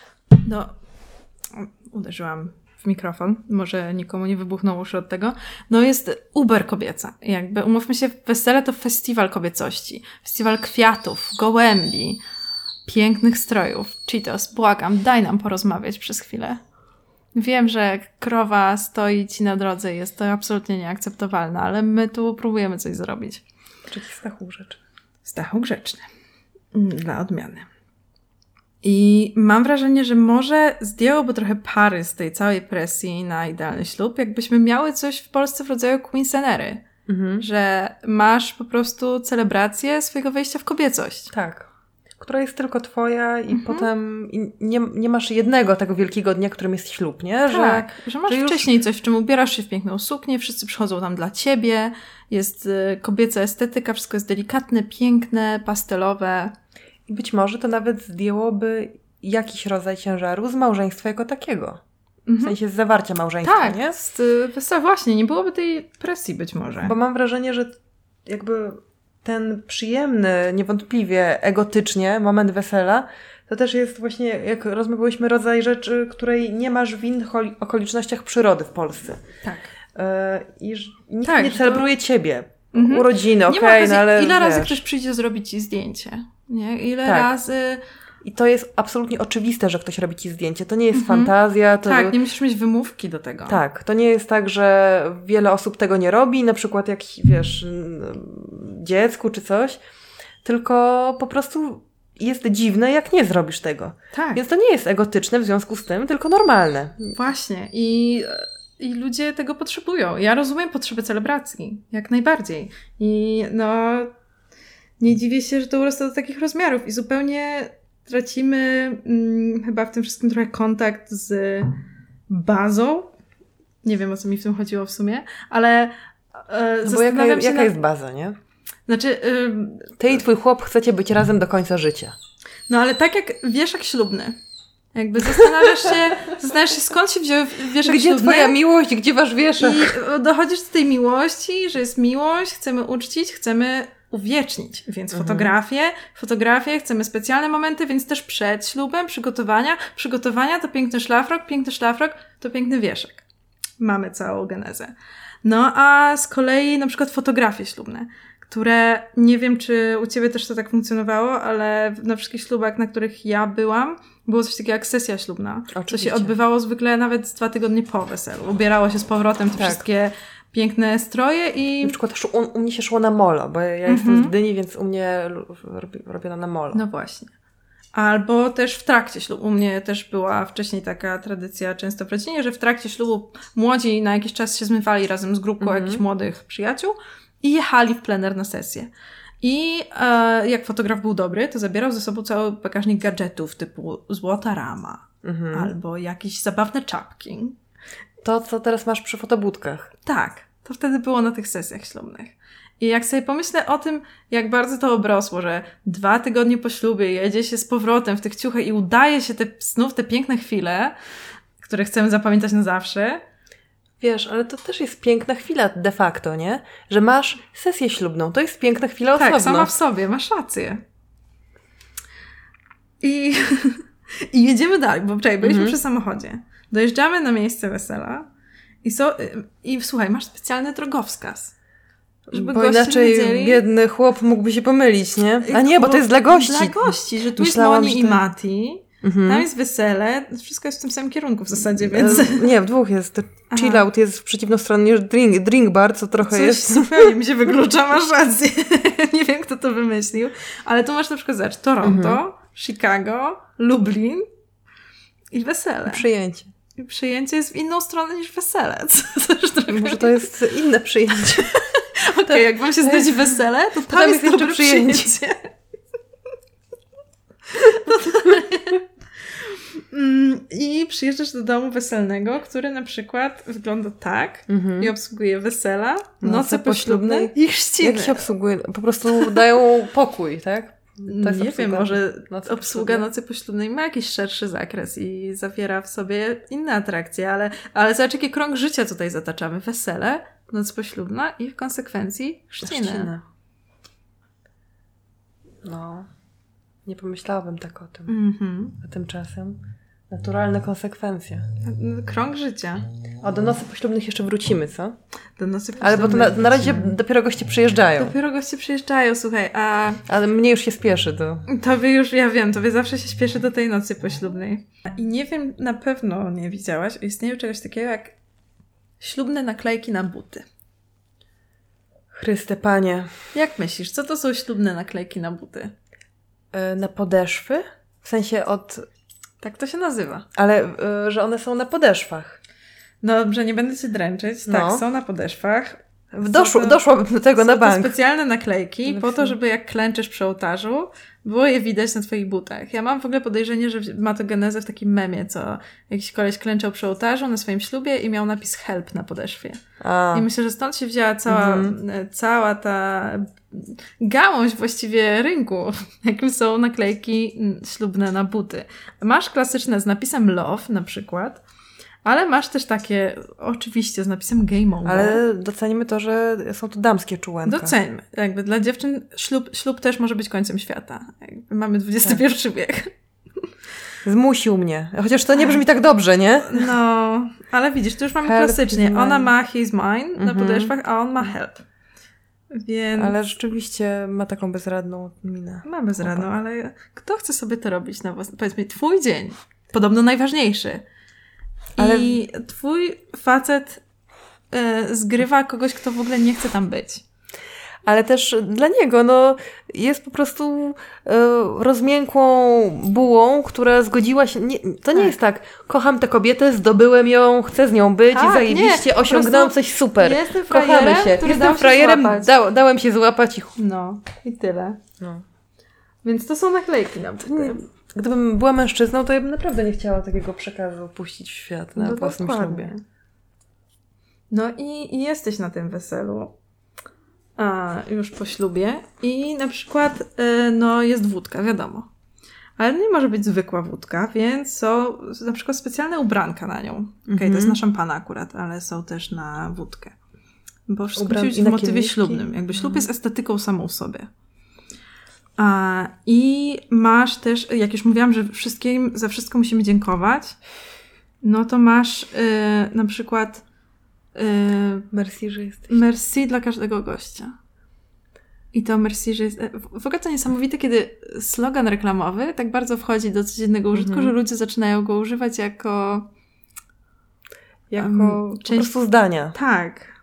Uderzyłam w mikrofon. Może nikomu nie wybuchnął uszy od tego. No jest uber kobieca. Jakby, umówmy się, wesele to festiwal kobiecości. Festiwal kwiatów, gołębi, pięknych strojów. Cheetos, błagam, daj nam porozmawiać przez chwilę. Wiem, że krowa stoi ci na drodze i jest to absolutnie nieakceptowalne, ale my tu próbujemy coś zrobić. Czyli Stachu grzeczny. Stachu grzeczny. Dla odmiany. I mam wrażenie, że może zdjęłoby trochę pary z tej całej presji na idealny ślub, jakbyśmy miały coś w Polsce w rodzaju quinceanery. Że masz po prostu celebrację swojego wejścia w kobiecość. Tak. Która jest tylko twoja i potem nie masz jednego tego wielkiego dnia, którym jest ślub, nie? Tak, że masz wcześniej coś, w czym ubierasz się w piękną suknię, wszyscy przychodzą tam dla ciebie, jest kobieca estetyka, wszystko jest delikatne, piękne, pastelowe. I być może to nawet zdjęłoby jakiś rodzaj ciężaru z małżeństwa jako takiego. W sensie z zawarcia małżeństwa, tak, nie? Tak, właśnie, nie byłoby tej presji być może. Bo mam wrażenie, że jakby ten przyjemny, niewątpliwie egotycznie moment wesela, to też jest właśnie, jak rozmawiałyśmy, rodzaj rzeczy, której nie masz w innych okolicznościach przyrody w Polsce. Tak. I nikt nie celebruje ciebie. Urodziny, okej, ale ile razy ktoś przyjdzie zrobić ci zdjęcie? Nie? Ile razy... I to jest absolutnie oczywiste, że ktoś robi ci zdjęcie. To nie jest fantazja. Tak, nie musisz mieć wymówki do tego. Tak, to nie jest tak, że wiele osób tego nie robi, na przykład jak, wiesz, dziecku czy coś, tylko po prostu jest dziwne, jak nie zrobisz tego. Tak. Więc to nie jest egotyczne w związku z tym, tylko normalne. Właśnie. I ludzie tego potrzebują. Ja rozumiem potrzebę celebracji. Jak najbardziej. I nie dziwię się, że to urosło do takich rozmiarów i zupełnie tracimy chyba w tym wszystkim trochę kontakt z bazą. Nie wiem, o co mi w tym chodziło w sumie, ale bo jaka jest baza, nie? Znaczy... Ty i twój chłop chcecie być razem do końca życia. No ale tak jak wieszak ślubny. Jakby zastanawiasz się, skąd się wziął wieszak ślubny. Gdzie twoja miłość, gdzie wasz wieszak? I dochodzisz do tej miłości, że jest miłość, chcemy uczcić, chcemy uwiecznić. Więc fotografię, chcemy specjalne momenty, więc też przed ślubem, przygotowania to piękny szlafrok to piękny wieszak. Mamy całą genezę. No a z kolei na przykład fotografie ślubne, które nie wiem, czy u ciebie też to tak funkcjonowało, ale na wszystkich ślubach, na których ja byłam, było coś takiego jak sesja ślubna. Oczywiście. To się odbywało zwykle nawet 2 tygodnie po weselu. Ubierało się z powrotem te wszystkie piękne stroje i... Na przykład u mnie się szło na molo, bo ja jestem z Gdyni, więc u mnie robiono na molo. No właśnie. Albo też w trakcie ślubu. U mnie też była wcześniej taka tradycja często w rodzinie, że w trakcie ślubu młodzi na jakiś czas się zmywali razem z grupką jakichś młodych przyjaciół i jechali w plener na sesję. I jak fotograf był dobry, to zabierał ze sobą cały bagażnik gadżetów typu złota rama albo jakieś zabawne czapki. To, co teraz masz przy fotobudkach. Tak, to wtedy było na tych sesjach ślubnych. I jak sobie pomyślę o tym, jak bardzo to obrosło, że 2 tygodnie po ślubie jedzie się z powrotem w tych ciuchach i udaje się znów te piękne chwile, które chcemy zapamiętać na zawsze. Wiesz, ale to też jest piękna chwila de facto, nie? Że masz sesję ślubną. To jest piękna chwila osobno. Tak, sama w sobie. Masz rację. I jedziemy dalej, bo byliśmy przy samochodzie. Dojeżdżamy na miejsce wesela i słuchaj, masz specjalny drogowskaz. Żeby bo inaczej wiedzieli, biedny chłop mógłby się pomylić, nie? A nie, bo to jest dla gości. Dla gości, że tu jest Moni i Mati. Tam jest wesele, wszystko jest w tym samym kierunku w zasadzie, więc... Nie, w dwóch jest. Chill out jest w przeciwną stronę niż drink bar, co trochę Coś jest... zupełnie mi się wyklucza, masz rację. Nie wiem, kto to wymyślił. Ale tu masz na przykład, zobacz, Toronto, Chicago, Lublin i wesele. Przyjęcie. I przyjęcie jest w inną stronę niż wesele. Może to jest inne przyjęcie. Okej, jak wam się znajdzie wesele, to tam jest jeszcze dobre przyjęcie. I przyjeżdżasz do domu weselnego, który na przykład wygląda tak i obsługuje wesela, noce poślubne i chrzciny. Jak się obsługuje? Po prostu dają pokój, tak? Nie wiem, może obsługa nocy poślubnej ma jakiś szerszy zakres i zawiera w sobie inne atrakcje, ale zobacz, jaki krąg życia tutaj zataczamy. Wesele, noc poślubna i w konsekwencji chrzciny. No, nie pomyślałabym tak o tym. A tymczasem naturalne konsekwencje. Krąg życia. A do nocy poślubnych jeszcze wrócimy, co? Do nocy poślubnych. Ale bo to na razie dopiero goście przyjeżdżają. Dopiero goście przyjeżdżają, słuchaj, Ale mnie już się spieszy to. Tobie już, ja wiem, tobie zawsze się spieszy do tej nocy poślubnej. I nie wiem, na pewno nie widziałaś o istnieniu czegoś takiego jak ślubne naklejki na buty. Chryste Panie. Jak myślisz, co to są ślubne naklejki na buty? Na podeszwy? W sensie od... Tak to się nazywa. Ale, że one są na podeszwach. No dobrze, nie będę cię dręczyć. Tak, są na podeszwach. Doszłabym do tego na bank. Są to specjalne naklejki po to, żeby jak klęczysz przy ołtarzu, było je widać na twoich butach. Ja mam w ogóle podejrzenie, że ma to genezę w takim memie, co jakiś koleś klęczał przy ołtarzu na swoim ślubie i miał napis help na podeszwie. I myślę, że stąd się wzięła cała ta gałąź właściwie rynku, jakim są naklejki ślubne na buty. Masz klasyczne z napisem love na przykład, ale masz też takie, oczywiście, z napisem game over. Ale docenimy to, że są to damskie czułenka. Doceńmy. Jakby dla dziewczyn ślub też może być końcem świata. Jakby mamy XXI wiek. Zmusił mnie. Chociaż to nie brzmi tak dobrze, nie? No, ale widzisz, tu już mamy klasycznie. Ona ma his mine na podeszwach, a on ma help. Więc... Ale rzeczywiście ma taką bezradną minę. Ma bezradną, ale kto chce sobie to robić na własny... Powiedz mi, twój dzień. Podobno najważniejszy. Ale... I twój facet zgrywa kogoś, kto w ogóle nie chce tam być. Ale też dla niego, jest po prostu rozmiękłą bułą, która zgodziła się... To nie jest tak, kocham tę kobietę, zdobyłem ją, chcę z nią być i zajebiście osiągnąłem coś super. Jestem frajerem, kochamy się. Jestem frajerem, dałem się złapać i... No, i tyle. No. Więc to są naklejki na buty. Gdybym była mężczyzną, to ja bym naprawdę nie chciała takiego przekazu puścić w świat na własnym ślubie. No i jesteś na tym weselu. Już po ślubie. I na przykład jest wódka, wiadomo. Ale nie może być zwykła wódka, więc są na przykład specjalne ubranka na nią. To jest na szampana akurat, ale są też na wódkę. Bo wszystko musi być w motywie ślubnym. Jakby ślub jest estetyką samą w sobie. I masz też, jak już mówiłam, że za wszystko musimy dziękować, no to masz na przykład merci, że jesteś. Merci dla każdego gościa. I to merci, że jest... W ogóle to niesamowite, kiedy slogan reklamowy tak bardzo wchodzi do codziennego użytku, że ludzie zaczynają go używać jako po prostu zdania. Tak.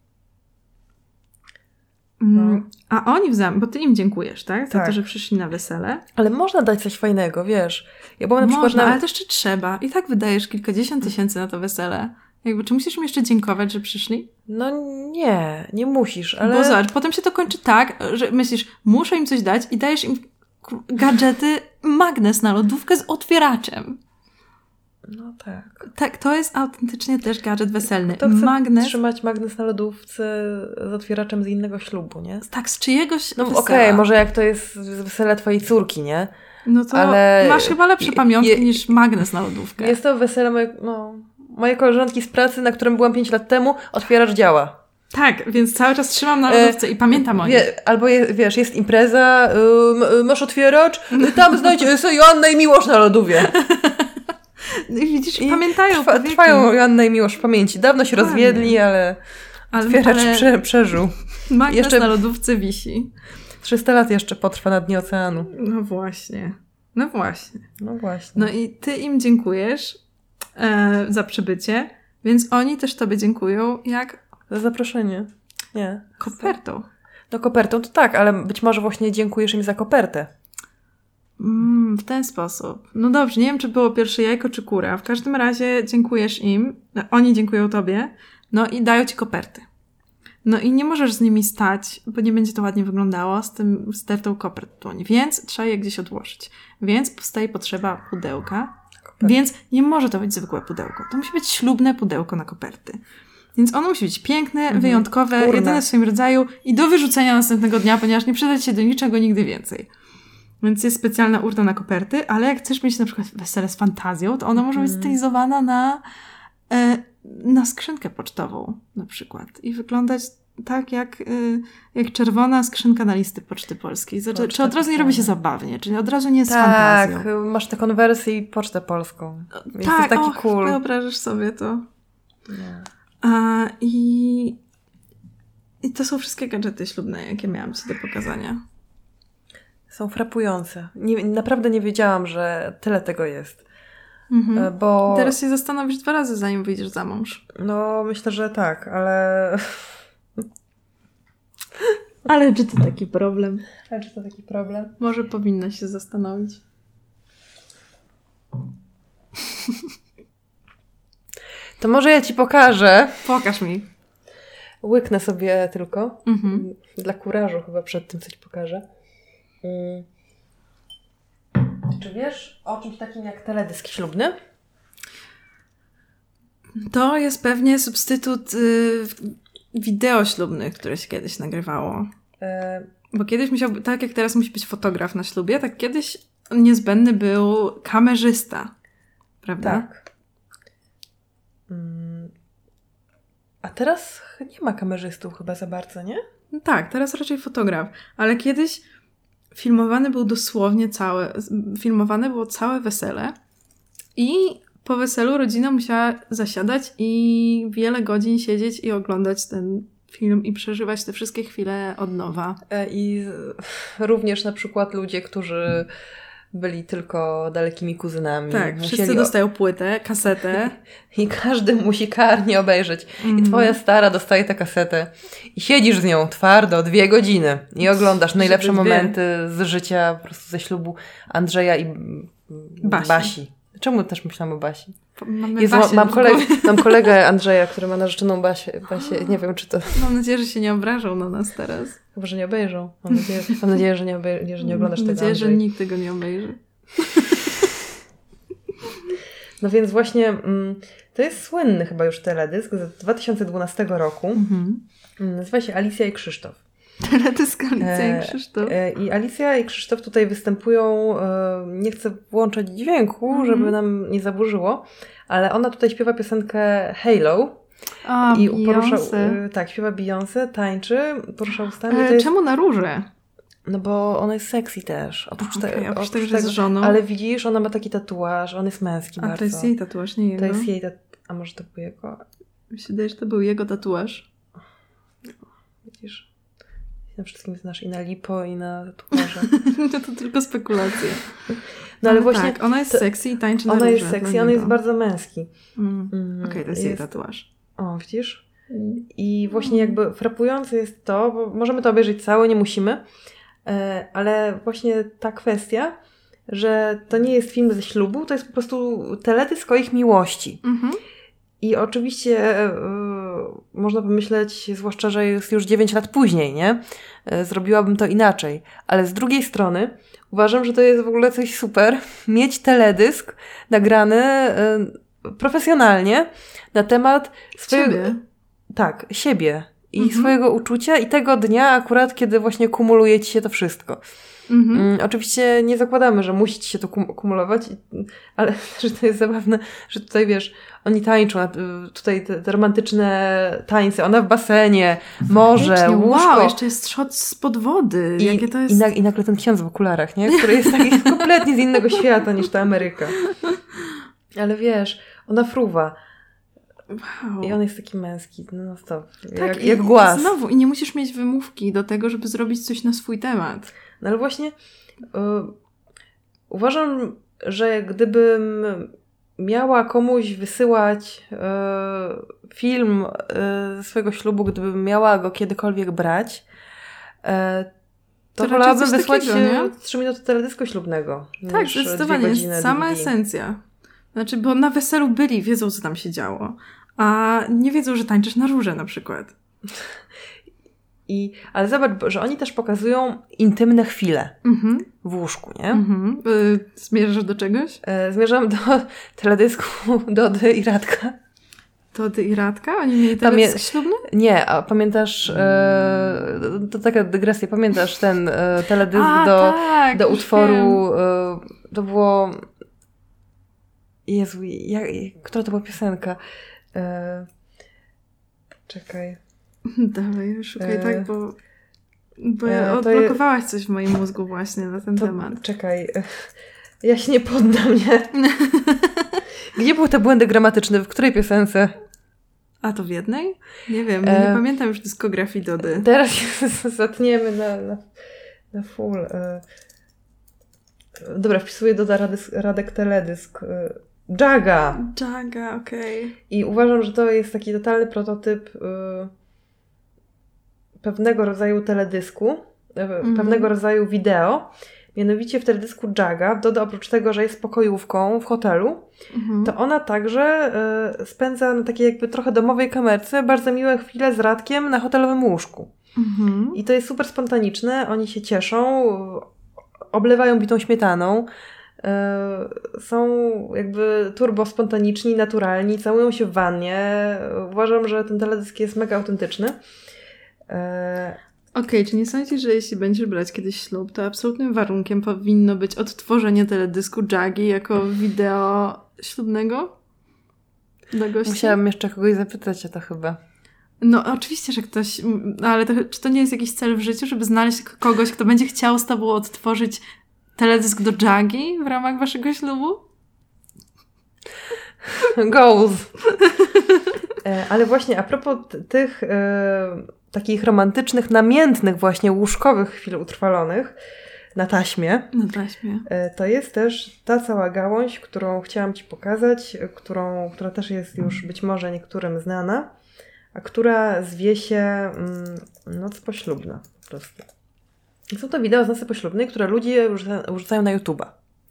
A oni bo ty im dziękujesz, tak? Za to, że przyszli na wesele. Ale można dać coś fajnego, wiesz. Ja byłam na przykład ale też jeszcze trzeba. I tak wydajesz kilkadziesiąt tysięcy na to wesele. Jakby, czy musisz im jeszcze dziękować, że przyszli? No nie musisz, ale... Bo zobacz, potem się to kończy tak, że myślisz, muszę im coś dać i dajesz im gadżety, magnes na lodówkę z otwieraczem. No tak. Tak, to jest autentycznie też gadżet weselny. To chce trzymać magnes na lodówce z otwieraczem z innego ślubu, nie? Tak, z czyjegoś wesela. Okej, może jak to jest wesele twojej córki, nie? No to masz chyba lepsze pamiątki niż magnes na lodówkę. Jest to wesele mojej koleżanki z pracy, na którym byłam 5 lat temu, otwieracz działa. Tak, więc cały czas trzymam na lodówce i pamiętam o nim. Albo jest impreza, masz otwieracz, tam znajdź sobie Joanna i Miłosz na lodówie. I widzisz, pamiętają. Trwają Joanna i Miłosz w pamięci. Dawno się rozwiedli, ale otwieracz przeżył. Magnes na lodówce wisi. 300 lat jeszcze potrwa na dnie oceanu. No właśnie. No właśnie. No właśnie. No i ty im dziękujesz za przybycie, więc oni też tobie dziękują jak... Za zaproszenie. Nie. Kopertą. No kopertą to tak, ale być może właśnie dziękujesz im za kopertę. W ten sposób. No dobrze, nie wiem, czy było pierwsze jajko, czy kura. W każdym razie dziękujesz im, oni dziękują tobie, no i dają ci koperty. No i nie możesz z nimi stać, bo nie będzie to ładnie wyglądało z tą kopert w dłoni, więc trzeba je gdzieś odłożyć. Więc powstaje potrzeba pudełka, więc nie może to być zwykłe pudełko. To musi być ślubne pudełko na koperty. Więc ono musi być piękne, wyjątkowe, jedyne w swoim rodzaju i do wyrzucenia następnego dnia, ponieważ nie przyda się do niczego nigdy więcej. Więc jest specjalna urna na koperty, ale jak chcesz mieć na przykład wesele z fantazją, to ona może być stylizowana na skrzynkę pocztową na przykład i wyglądać tak jak czerwona skrzynka na listy Poczty Polskiej. Czy od razu nie robi się zabawnie, czy od razu nie jest fantazją. Tak, masz te konwersy i Pocztę Polską. Jest tak, to taki cool. Wyobrażasz sobie to. Nie. I to są wszystkie gadżety ślubne, jakie miałam ci do pokazania. Są frapujące. Naprawdę nie wiedziałam, że tyle tego jest. Bo... Teraz się zastanowisz 2 razy, zanim wyjdziesz za mąż. No, myślę, że tak, ale... Ale czy to taki problem? Może powinnaś się zastanowić. To może ja ci pokażę. Pokaż mi. Łyknę sobie tylko. Dla kurażu chyba przed tym, co ci pokażę. Czy wiesz o czymś takim jak teledysk ślubny? To jest pewnie substytut wideo ślubnych, które się kiedyś nagrywało. Bo kiedyś tak jak teraz musi być fotograf na ślubie, tak kiedyś niezbędny był kamerzysta. Prawda? Tak. A teraz nie ma kamerzystów chyba za bardzo, nie? No tak, teraz raczej fotograf. Ale kiedyś filmowane było całe wesele i po weselu rodzina musiała zasiadać i wiele godzin siedzieć i oglądać ten film i przeżywać te wszystkie chwile od nowa. I również na przykład ludzie, którzy byli tylko dalekimi kuzynami. Tak, wszyscy dostają płytę, kasetę. I każdy musi karnie obejrzeć. I twoja stara dostaje tę kasetę. I siedzisz z nią twardo 2 godziny. I oglądasz najlepsze momenty z życia, po prostu ze ślubu Andrzeja i Basi. Czemu też myślałam o Basi? Mam kolegę Andrzeja, który ma narzeczoną Basię. Nie wiem, czy to... Mam nadzieję, że się nie obrażą na nas teraz. Chyba, że nie obejrzą. Mam nadzieję, że nie oglądasz tego, Mam nadzieję, Andrzej. że nikt tego nie obejrzy. No więc właśnie to jest słynny chyba już teledysk z 2012 roku. Nazywa się Alicja i Krzysztof. Teledysk Alicja i Krzysztof. I Alicja i Krzysztof tutaj występują, nie chcę włączać dźwięku, żeby nam nie zaburzyło, ale ona tutaj śpiewa piosenkę Halo. I śpiewa Beyoncé, tańczy, porusza ustami. Czemu na róże? No bo ona jest sexy też. Oprócz tego, że jest żoną. Ale widzisz, ona ma taki tatuaż, on jest męski bardzo. A to jest jej tatuaż, nie jego? To jest jej a może to był jego? Mi się wydaje, że to był jego tatuaż. Widzisz? Na wszystkim znasz i na lipo, i na tatuaże. To tylko spekulacje. No ale właśnie... Tak, ona jest sexy i tańczy na róże. Ona jest sexy, on jest bardzo męski. Okej, to jest jej tatuaż. O, widzisz? I właśnie jakby frapujące jest to, bo możemy to obejrzeć całe, nie musimy, ale właśnie ta kwestia, że to nie jest film ze ślubu, to jest po prostu teledysk o ich miłości. I oczywiście można pomyśleć, zwłaszcza, że jest już 9 lat później, nie? Zrobiłabym to inaczej. Ale z drugiej strony uważam, że to jest w ogóle coś super, mieć teledysk nagrany profesjonalnie na temat swojego... Siebie. Tak, siebie. I swojego uczucia i tego dnia akurat, kiedy właśnie kumuluje ci się to wszystko. Oczywiście nie zakładamy, że musi ci się to kumulować, ale że to jest zabawne, że tutaj wiesz, oni tańczą, tutaj te romantyczne tańce, ona w basenie, morze, łóżko. Wow, jeszcze jest shot spod wody. Jakie to jest... I nagle ten ksiądz w okularach, nie? Który jest taki kompletnie z innego świata niż ta Ameryka. Ale wiesz, ona fruwa. Wow. I on jest taki męski, no stop. Tak, jak głaz. Znowu, i nie musisz mieć wymówki do tego, żeby zrobić coś na swój temat. No ale właśnie uważam, że gdybym miała komuś wysyłać film ze swojego ślubu, gdybym miała go kiedykolwiek brać, to wolałabym wysłać 3 minuty teledysku ślubnego. Tak, zdecydowanie. Jest sama esencja. Znaczy, bo na weselu byli, wiedzą, co tam się działo. A nie wiedzą, że tańczysz na róże na przykład. Ale zobacz, że oni też pokazują intymne chwile w łóżku, nie? Zmierzasz do czegoś? Zmierzam do teledysku Dody i Radka. Dody i Radka? Oni mieli teledysk ślubny? Nie, a pamiętasz, to taka dygresja, pamiętasz ten teledysk do utworu, to było... Jezu, która to była piosenka? Czekaj. Dawaj, szukaj tak, bo odblokowałaś coś w moim mózgu właśnie na ten temat. Czekaj, ja się nie poddam, nie? Gdzie były te błędy gramatyczne? W której piosence? A to w jednej? Nie wiem, nie pamiętam już dyskografii Dody. Teraz się zatniemy na full. Dobra, wpisuję Doda Radek teledysk. Jaga, okej. I uważam, że to jest taki totalny prototyp pewnego rodzaju teledysku, pewnego rodzaju wideo. Mianowicie w teledysku Jaga, Doda oprócz tego, że jest pokojówką w hotelu, to ona także spędza na takiej jakby trochę domowej kamerce bardzo miłe chwile z Radkiem na hotelowym łóżku. I to jest super spontaniczne, oni się cieszą, oblewają bitą śmietaną, są jakby turbo spontaniczni, naturalni, całują się w wannie. Uważam, że ten teledysk jest mega autentyczny. Okej, czy nie sądzisz, że jeśli będziesz brać kiedyś ślub, to absolutnym warunkiem powinno być odtworzenie teledysku Jagi jako wideo ślubnego dla gości? Musiałam jeszcze kogoś zapytać o to chyba. No oczywiście, że ktoś... Ale czy to nie jest jakiś cel w życiu, żeby znaleźć kogoś, kto będzie chciał z tobą odtworzyć teledysk do Jagi w ramach waszego ślubu? Goals! Ale właśnie a propos tych takich romantycznych, namiętnych właśnie łóżkowych chwil utrwalonych na taśmie. To jest też ta cała gałąź, którą chciałam Ci pokazać, która też jest już być może niektórym znana, a która zwie się Noc poślubna po prostu. Są to wideo z nocy poślubnej, które ludzie wrzucają na YouTube'a.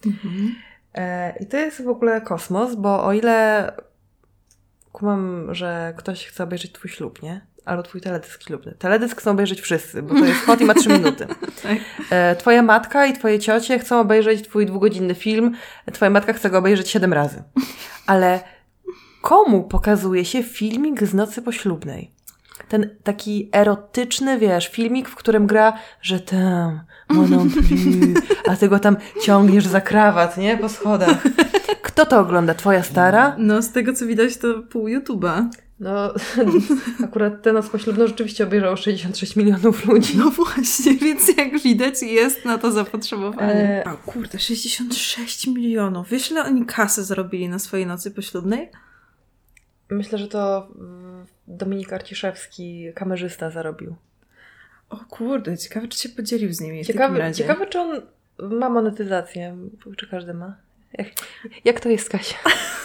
I to jest w ogóle kosmos, bo o ile kumam, że ktoś chce obejrzeć Twój ślub, nie? Albo Twój teledysk ślubny. Teledysk chcą obejrzeć wszyscy, bo to jest hot i ma 3 minuty. Twoja matka i Twoje ciocie chcą obejrzeć Twój 2-godzinny film. Twoja matka chce go obejrzeć 7 razy. Ale komu pokazuje się filmik z nocy poślubnej? Ten taki erotyczny, wiesz, filmik, w którym gra, że tam, mon en plus, a ty go tam ciągniesz za krawat, nie? Po schodach. Kto to ogląda? Twoja stara? No, z tego co widać, to pół YouTube'a. No, akurat tę noc poślubną rzeczywiście obejrzało 66 milionów ludzi. No właśnie, więc jak widać jest na to zapotrzebowanie. O kurde, 66 milionów. Wiesz, ile oni kasy zarobili na swojej nocy poślubnej? Myślę, że to Dominik Arciszewski, kamerzysta, zarobił. O kurde, ciekawe, czy się podzielił z nimi Ciekawe, czy on ma monetyzację. Czy każdy ma? Jak to jest, Kasia?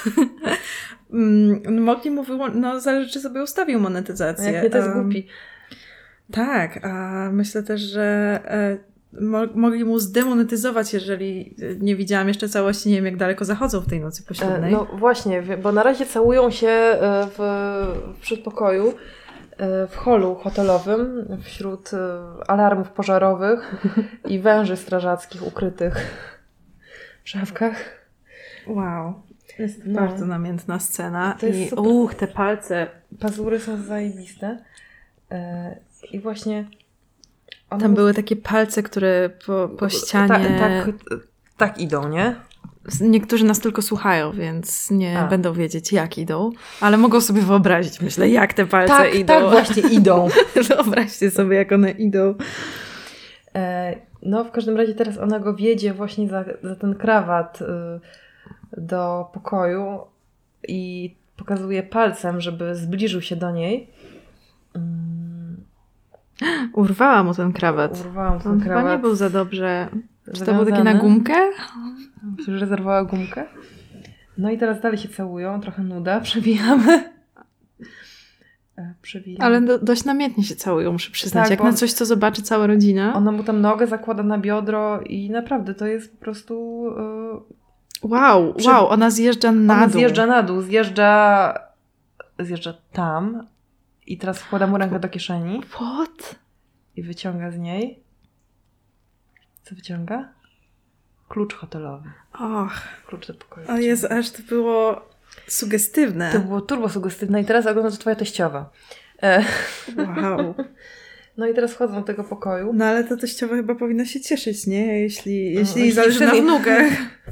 Mogli mu zależy, czy sobie ustawił monetyzację. Jak nie, to jest głupi. Tak, a myślę też, że mogli mu zdemonetyzować, jeżeli nie widziałam jeszcze całości, nie wiem jak daleko zachodzą w tej nocy poślubnej. No właśnie, bo na razie całują się w przedpokoju, w holu hotelowym, wśród alarmów pożarowych i węży strażackich ukrytych w szafkach. Wow. Jest bardzo namiętna scena. To jest super. Te palce. Pazury są zajebiste. I właśnie... Tam były takie palce, które po ścianie... Tak idą, nie? Niektórzy nas tylko słuchają, więc nie będą wiedzieć, jak idą. Ale mogą sobie wyobrazić, myślę, jak te palce idą. Tak, właśnie idą. Wyobraźcie sobie, jak one idą. No, w każdym razie teraz ona go wiedzie właśnie za ten krawat do pokoju i pokazuje palcem, żeby zbliżył się do niej. Urwała mu ten krawat. Urwałam ten On krawat. chyba nie był za dobrze Czy to było takie na gumkę? Myślę, że rezerwowała gumkę. No i teraz dalej się całują, trochę nuda, przewijamy. Ale dość namiętnie się całują, muszę przyznać. Tak, jak na coś, co zobaczy cała rodzina. Ona mu tam nogę zakłada na biodro i naprawdę to jest po prostu... Wow, ona zjeżdża na dół. Zjeżdża tam i teraz wkłada mu rękę do kieszeni. What? I wyciąga z niej... Co wyciąga? Klucz hotelowy. Och. Klucz do pokoju. O Jezu, aż to było sugestywne. To było turbo sugestywne i teraz ogląda to twoja teściowa. Wow. No i teraz wchodzą do tego pokoju. No ale ta teściowa chyba powinna się cieszyć, nie? Jeśli jej zależy na wnukach.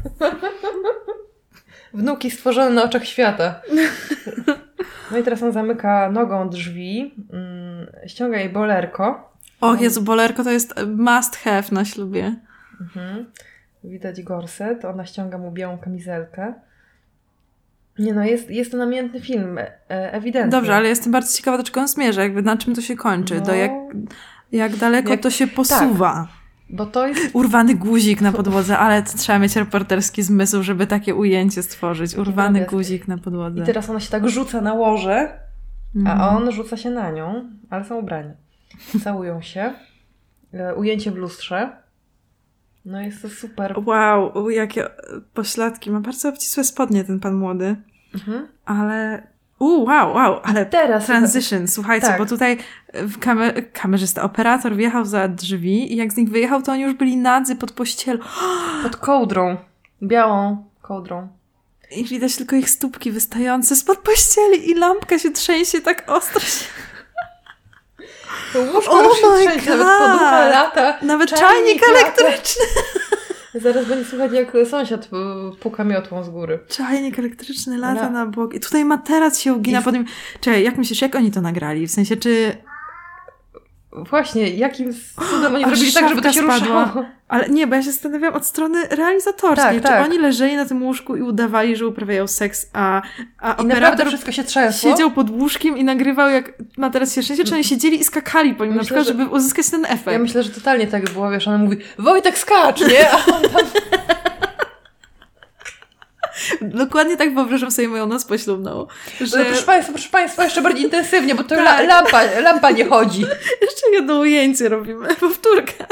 Wnuki stworzone na oczach świata. No i teraz on zamyka nogą drzwi, ściąga jej bolerko. Och Jezu, bolerko to jest must have na ślubie. Mhm. Widać gorset, ona ściąga mu białą kamizelkę. Nie no, jest to namiętny film, ewidentnie. Dobrze, ale jestem bardzo ciekawa, do czego on zmierza, jakby na czym to się kończy, do jak daleko to się posuwa. Tak, bo to jest... Urwany guzik na podłodze, ale to trzeba mieć reporterski zmysł, żeby takie ujęcie stworzyć. Urwany guzik na podłodze. I teraz ona się tak rzuca na łoże, a on rzuca się na nią, ale są ubrani. Całują się. Ujęcie w lustrze. No jest to super. Wow, jakie pośladki. Ma bardzo obcisłe spodnie ten pan młody. Ale... wow, ale teraz transition, słuchajcie, tak. Bo tutaj kamerzysta, operator wjechał za drzwi i jak z nich wyjechał, to oni już byli nadzy pod pościelą. Pod kołdrą. Białą kołdrą. I widać tylko ich stópki wystające spod pościeli i lampka się trzęsie tak ostro się... Łóżko się trzęsie, nawet poducha lata. Nawet czajnik elektryczny. Zaraz będzie słuchać, jak sąsiad puka miotłą z góry. Czajnik elektryczny lata na bok. I tutaj materac się ugina po tym. Czekaj, jak myślisz, jak oni to nagrali? W sensie, czy... Właśnie, jakim cudem oni zrobili tak, żeby to się ruszało? Ale nie, bo ja się zastanawiam od strony realizatorskiej. Tak, czy oni leżeli na tym łóżku i udawali, że uprawiają seks, a operator wszystko się trzęsło? Siedział pod łóżkiem i nagrywał, jak materac się trzęsie, czy oni siedzieli i skakali po nim, na przykład, żeby uzyskać ten efekt. Ja myślę, że totalnie tak było, wiesz, ona mówi, Wojtek skacz, nie? A on tam... Dokładnie tak wyobrażam sobie moją noc poślubną. Że... No, proszę Państwa, jeszcze bardziej intensywnie, bo to lampa nie chodzi. Jeszcze jedno ujęcie robimy, powtórkę.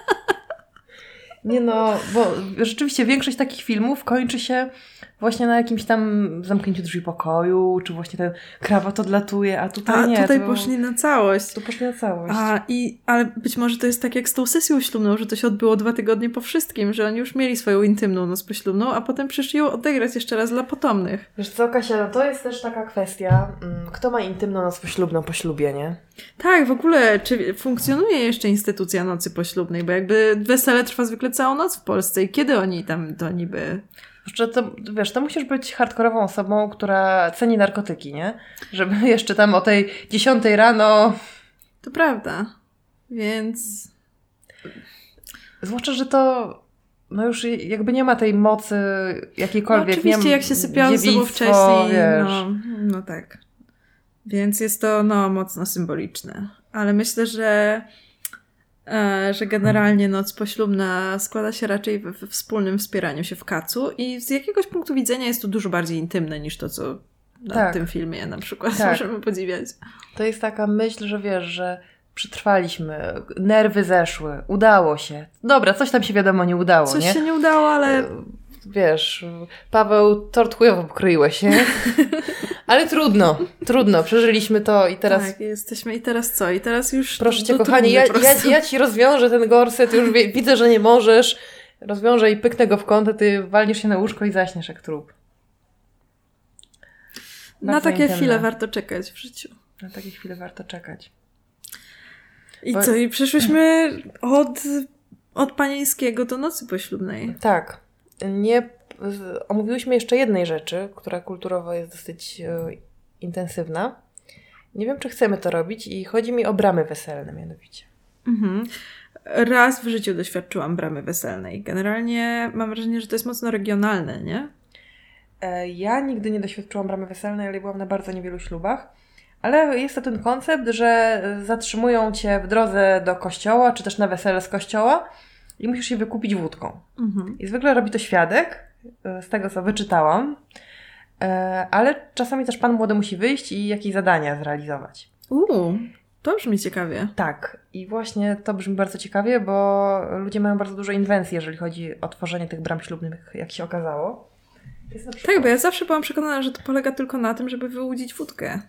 Nie no, bo rzeczywiście większość takich filmów kończy się właśnie na jakimś tam zamknięciu drzwi pokoju, czy właśnie ten krawat odlatuje, a tutaj nie. Tutaj poszli na całość. Tu poszli na całość. Ale być może to jest tak jak z tą sesją ślubną, że to się odbyło 2 tygodnie po wszystkim, że oni już mieli swoją intymną noc poślubną, a potem przyszli ją odegrać jeszcze raz dla potomnych. Wiesz co, Kasia, no to jest też taka kwestia, kto ma intymną noc poślubną po ślubie, nie? Tak, w ogóle, czy funkcjonuje jeszcze instytucja nocy poślubnej, bo jakby wesele trwa zwykle całą noc w Polsce i kiedy oni tam to niby... To, wiesz, to musisz być hardkorową osobą, która ceni narkotyki, nie? Żeby jeszcze tam o tej 10 rano... To prawda. Więc... Zwłaszcza, że to... No już jakby nie ma tej mocy jakiejkolwiek. No oczywiście, jak się sypiało z sobą wcześniej. Wiesz. No tak. Więc jest to mocno symboliczne. Ale myślę, że generalnie noc poślubna składa się raczej we wspólnym wspieraniu się w kacu i z jakiegoś punktu widzenia jest to dużo bardziej intymne niż to, co na tym filmie na przykład możemy podziwiać. To jest taka myśl, że wiesz, że przetrwaliśmy, nerwy zeszły, udało się. Dobra, coś tam się wiadomo nie udało, coś nie? się nie udało, ale... Wiesz, Paweł, tort chujowo pokroiłeś, nie? Ale trudno, przeżyliśmy to i teraz... Tak, jesteśmy i teraz co? I teraz już... Proszę Cię, kochani, ja Ci rozwiążę ten gorset, już widzę, że nie możesz. Rozwiążę i pyknę go w kąt, Ty walniesz się na łóżko i zaśniesz jak trup. Na takie chwile warto czekać w życiu. Na takie chwile warto czekać. I co? I przeszłyśmy od panieńskiego do nocy poślubnej. Tak. Omówiłyśmy jeszcze jednej rzeczy, która kulturowo jest dosyć intensywna. Nie wiem, czy chcemy to robić i chodzi mi o bramy weselne mianowicie. Raz w życiu doświadczyłam bramy weselnej. Generalnie mam wrażenie, że to jest mocno regionalne, nie? Ja nigdy nie doświadczyłam bramy weselnej, ale byłam na bardzo niewielu ślubach. Ale jest to ten koncept, że zatrzymują Cię w drodze do kościoła, czy też na wesele z kościoła i musisz je wykupić wódką. I zwykle robi to świadek, z tego co wyczytałam, ale czasami też pan młody musi wyjść i jakieś zadania zrealizować. To brzmi ciekawie. Tak. I właśnie to brzmi bardzo ciekawie, bo ludzie mają bardzo dużo inwencji, jeżeli chodzi o tworzenie tych bram ślubnych, jak się okazało. Tak, bo ja zawsze byłam przekonana, że to polega tylko na tym, żeby wyłudzić wódkę.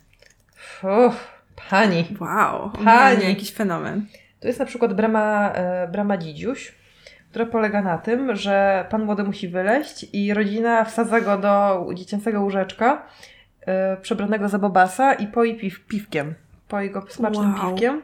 Pani. Wow. Pani. Jakiś fenomen. To jest na przykład brama Dzidziuś, która polega na tym, że pan młody musi wyleźć i rodzina wsadza go do dziecięcego łóżeczka przebranego za Bobasa i poi piwkiem. Poi go smacznym piwkiem.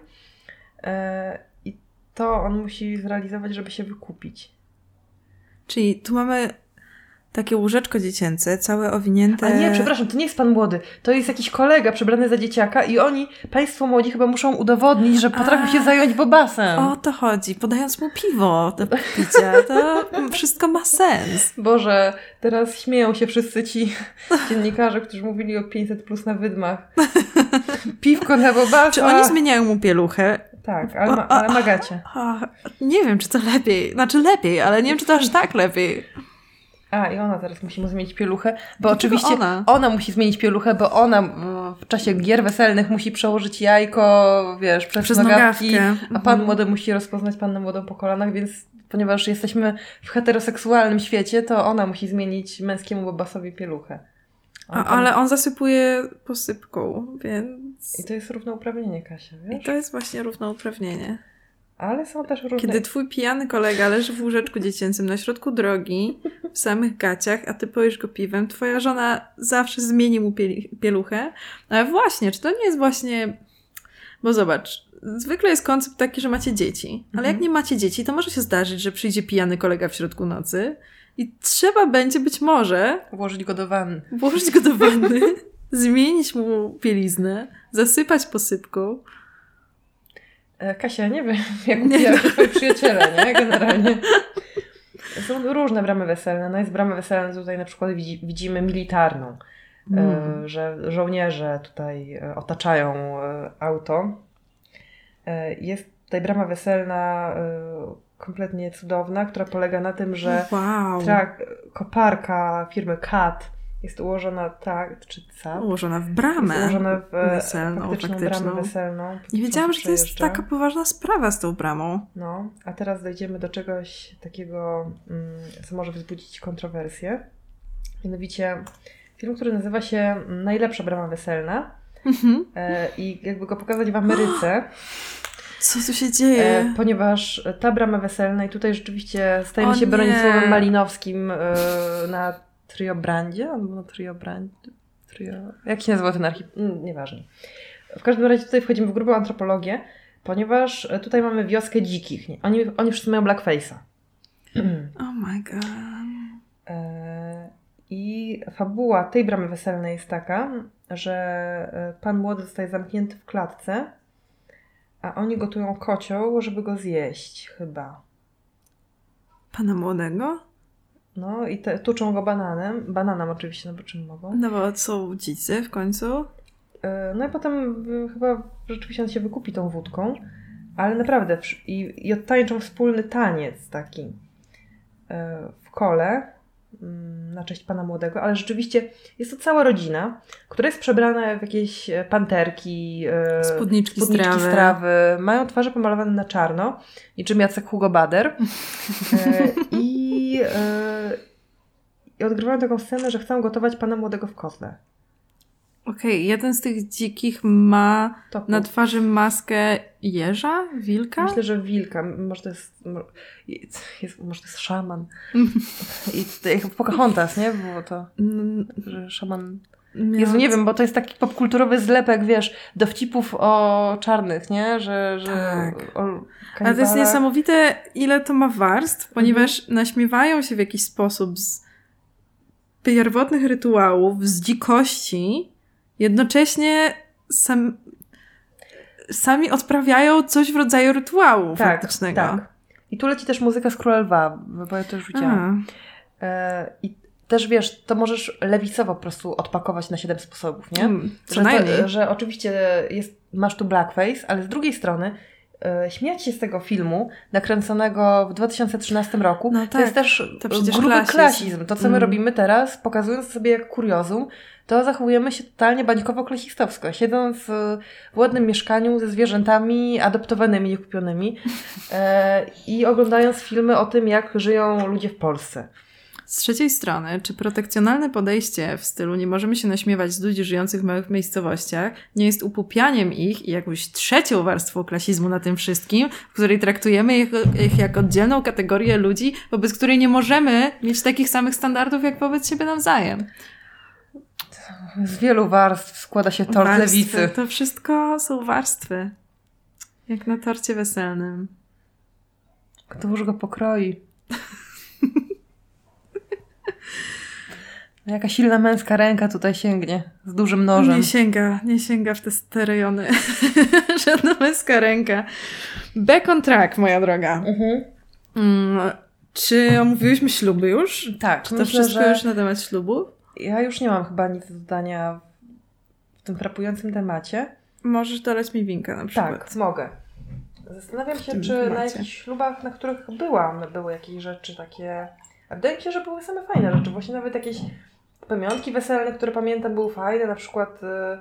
I to on musi zrealizować, żeby się wykupić. Czyli tu mamy takie łóżeczko dziecięce, całe owinięte... A nie, przepraszam, to nie jest pan młody. To jest jakiś kolega przebrany za dzieciaka i oni, państwo młodzi, chyba muszą udowodnić, że potrafią się zająć Bobasem. O to chodzi. Podając mu piwo do picia, to wszystko ma sens. Boże, teraz śmieją się wszyscy ci dziennikarze, którzy mówili o 500+ na wydmach. Piwko na Bobasa. Czy oni zmieniają mu pieluchę? Tak, ale magacie. Nie wiem, czy to lepiej. Znaczy lepiej, ale nie wiem, czy to aż tak lepiej. I ona teraz musi mu zmienić pieluchę, bo oczywiście ona musi zmienić pieluchę, bo ona w czasie gier weselnych musi przełożyć jajko, wiesz, przez nogawki, a pan młody musi rozpoznać pannę młodą po kolanach, więc ponieważ jesteśmy w heteroseksualnym świecie, to ona musi zmienić męskiemu Bobasowi pieluchę. Ale on zasypuje posypką, więc... I to jest równouprawnienie, Kasia, wiesz? I to jest właśnie równouprawnienie. Ale są też różne... Kiedy twój pijany kolega leży w łóżeczku dziecięcym na środku drogi, w samych gaciach, a ty poisz go piwem, twoja żona zawsze zmieni mu pieluchę. Ale właśnie, czy to nie jest właśnie... Bo zobacz, zwykle jest koncept taki, że macie dzieci. Ale jak nie macie dzieci, to może się zdarzyć, że przyjdzie pijany kolega w środku nocy i trzeba będzie być może... Włożyć go do wanny. Zmienić mu bieliznę, zasypać posypką. Kasia, nie wiem, jak upijają się twoi przyjaciele, nie? Generalnie. Są różne bramy weselne. No jest brama weselna, tutaj na przykład widzimy militarną, że żołnierze tutaj otaczają auto. Jest tutaj brama weselna kompletnie cudowna, która polega na tym, że koparka firmy CAT jest ułożona ułożona w bramę. Jest ułożona w weselną, bramę weselną. Nie wiedziałam, że to jest taka poważna sprawa z tą bramą. No, a teraz dojdziemy do czegoś takiego, co może wzbudzić kontrowersję. Mianowicie film, który nazywa się Najlepsza brama weselna. I jakby go pokazać w Ameryce. Co tu się dzieje? Ponieważ ta brama weselna i tutaj rzeczywiście stajemy się Bronisławem Malinowskim na Triobrandzie? Albo na jak się nazywa ten nieważne. W każdym razie tutaj wchodzimy w grubą antropologię, ponieważ tutaj mamy wioskę dzikich. Nie? Oni wszyscy mają blackface'a. Oh my god. I fabuła tej bramy weselnej jest taka, że pan młody zostaje zamknięty w klatce, a oni gotują kocioł, żeby go zjeść chyba. Pana młodego? No i tuczą go bananem oczywiście, no bo czym mogą. No bo są dzicy w końcu. No i potem chyba rzeczywiście on się wykupi tą wódką, ale naprawdę i odtańczą wspólny taniec taki w kole na cześć pana młodego, ale rzeczywiście jest to cała rodzina, która jest przebrana w jakieś panterki, spódniczki strawy, mają twarze pomalowane na czarno, niczym Jacek Hugo Bader i odgrywają taką scenę, że chcą gotować pana młodego w kotle. Okej, jeden z tych dzikich ma na twarzy maskę jeża? Wilka? Myślę, że wilka. Może to jest szaman. I to jak w Pocahontas, nie? Było to, że szaman... Jezu, nie wiem, bo to jest taki popkulturowy zlepek, wiesz, dowcipów o czarnych, nie? Że tak. Ale to jest niesamowite, ile to ma warstw, ponieważ naśmiewają się w jakiś sposób z pierwotnych rytuałów, z dzikości, jednocześnie sami odprawiają coś w rodzaju rytuału faktycznego. Tak. I tu leci też muzyka z Króla Lwa, bo ja to już widziałam. I też wiesz, to możesz lewicowo po prostu odpakować na 7 sposobów, nie? Co najmniej. Że oczywiście masz tu blackface, ale z drugiej strony śmiać się z tego filmu, nakręconego w 2013 roku, no tak, to jest też to przecież gruby klasizm. To, co my robimy teraz, pokazując sobie jak kuriozum, to zachowujemy się totalnie bańkowo-klasistowsko, siedząc w ładnym mieszkaniu ze zwierzętami adoptowanymi, niekupionymi i oglądając filmy o tym, jak żyją ludzie w Polsce. Z trzeciej strony, czy protekcjonalne podejście w stylu nie możemy się naśmiewać z ludzi żyjących w małych miejscowościach nie jest upupianiem ich i jakąś trzecią warstwą klasizmu na tym wszystkim, w której traktujemy ich jak oddzielną kategorię ludzi, wobec której nie możemy mieć takich samych standardów jak wobec siebie nawzajem. Z wielu warstw składa się tort lewicy. To wszystko są warstwy. Jak na torcie weselnym. Któż go pokroi? Jaka silna męska ręka tutaj sięgnie z dużym nożem. Nie sięga w te rejony. Żadna męska ręka. Back on track, moja droga. Czy omówiłyśmy śluby już? Tak. Czy to wszystko już na temat ślubu? Ja już nie mam chyba nic do dodania w tym frapującym temacie. Możesz dodać mi winka na przykład. Tak, mogę. Zastanawiam się, czy na jakichś ślubach, na których byłam, były jakieś rzeczy takie... A wydaje mi się, że były same fajne rzeczy. Właśnie nawet jakieś pamiątki weselne, które pamiętam, były fajne. Na przykład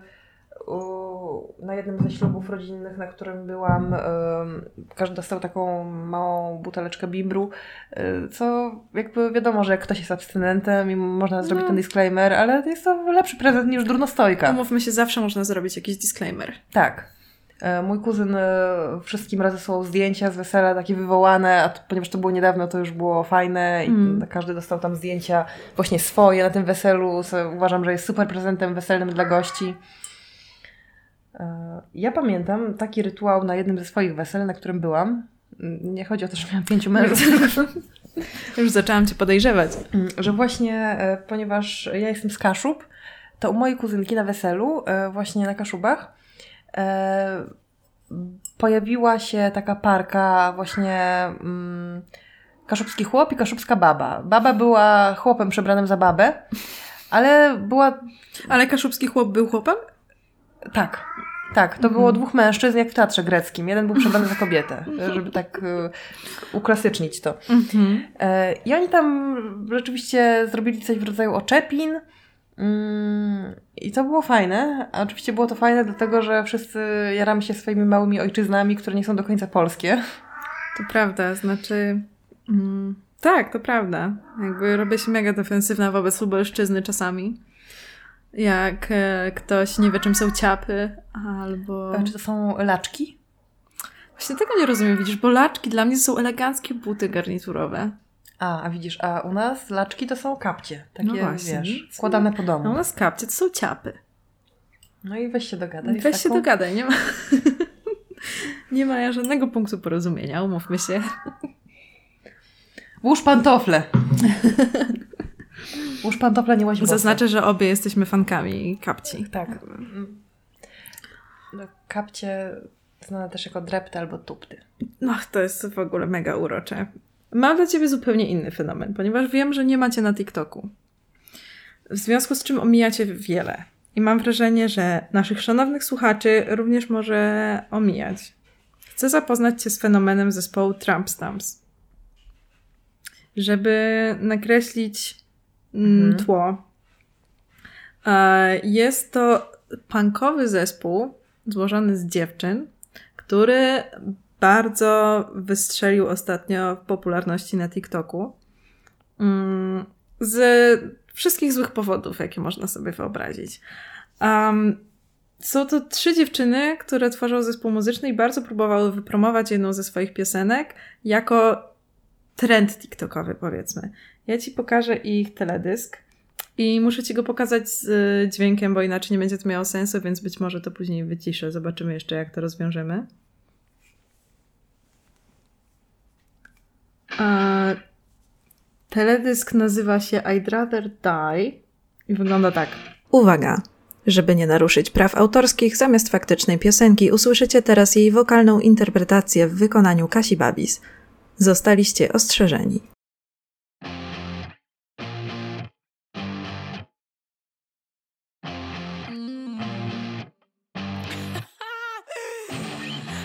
na jednym ze ślubów rodzinnych, na którym byłam, każdy dostał taką małą buteleczkę bimbru, co jakby wiadomo, że jak ktoś jest abstynentem i można zrobić ten disclaimer, ale jest to lepszy prezent niż durnostojka. Umówmy się, zawsze można zrobić jakiś disclaimer. Tak. Mój kuzyn wszystkim rozesłał zdjęcia z wesela, takie wywołane, a ponieważ to było niedawno, to już było fajne i każdy dostał tam zdjęcia właśnie swoje na tym weselu, co uważam, że jest super prezentem weselnym dla gości. Ja pamiętam taki rytuał na jednym ze swoich wesel, na którym byłam. Nie chodzi o to, że miałam 5 mężów. Już zaczęłam Cię podejrzewać. Że właśnie, ponieważ ja jestem z Kaszub, to u mojej kuzynki na weselu, właśnie na Kaszubach, pojawiła się taka parka właśnie kaszubski chłop i kaszubska baba. Baba była chłopem przebranym za babę, ale była... Ale kaszubski chłop był chłopem? Tak, to było 2 mężczyzn jak w teatrze greckim. Jeden był przebrany za kobietę, żeby tak uklasycznić to. I oni tam rzeczywiście zrobili coś w rodzaju oczepin. I to było fajne, a oczywiście było to fajne dlatego, że wszyscy jaramy się swoimi małymi ojczyznami, które nie są do końca polskie. To prawda, znaczy tak, to prawda. Jakby robię się mega defensywna wobec lubelszczyzny czasami. Jak ktoś nie wie, czym są ciapy, albo... Czy to są laczki? Właśnie tego nie rozumiem, widzisz, bo laczki dla mnie są eleganckie buty garniturowe. A widzisz, a u nas laczki to są kapcie. Takie, no właśnie, wiesz, wkładane po domu. A u nas kapcie to są ciapy. No i weź się dogadaj. Weź się dogadaj, nie ma... nie ma żadnego punktu porozumienia, umówmy się. Włóż pantofle. Włóż pantofle, nie łaź boso. Zaznaczę, że obie jesteśmy fankami kapci. Tak. No, kapcie znane też jako drepty albo tupty. No, to jest w ogóle mega urocze. Mam dla Ciebie zupełnie inny fenomen, ponieważ wiem, że nie macie na TikToku. W związku z czym omijacie wiele. I mam wrażenie, że naszych szanownych słuchaczy również może omijać. Chcę zapoznać Cię z fenomenem zespołu Tramp Stamps. Żeby nakreślić tło. Jest to punkowy zespół złożony z dziewczyn, który bardzo wystrzelił ostatnio w popularności na TikToku. Z wszystkich złych powodów, jakie można sobie wyobrazić. Są to 3 dziewczyny, które tworzą zespół muzyczny i bardzo próbowały wypromować jedną ze swoich piosenek jako trend TikTokowy, powiedzmy. Ja Ci pokażę ich teledysk i muszę Ci go pokazać z dźwiękiem, bo inaczej nie będzie to miało sensu, więc być może to później wyciszę. Zobaczymy jeszcze, jak to rozwiążemy. Teledysk nazywa się I'd Rather Die i wygląda tak. Uwaga! Żeby nie naruszyć praw autorskich, zamiast faktycznej piosenki usłyszycie teraz jej wokalną interpretację w wykonaniu Kasi Babis. Zostaliście ostrzeżeni.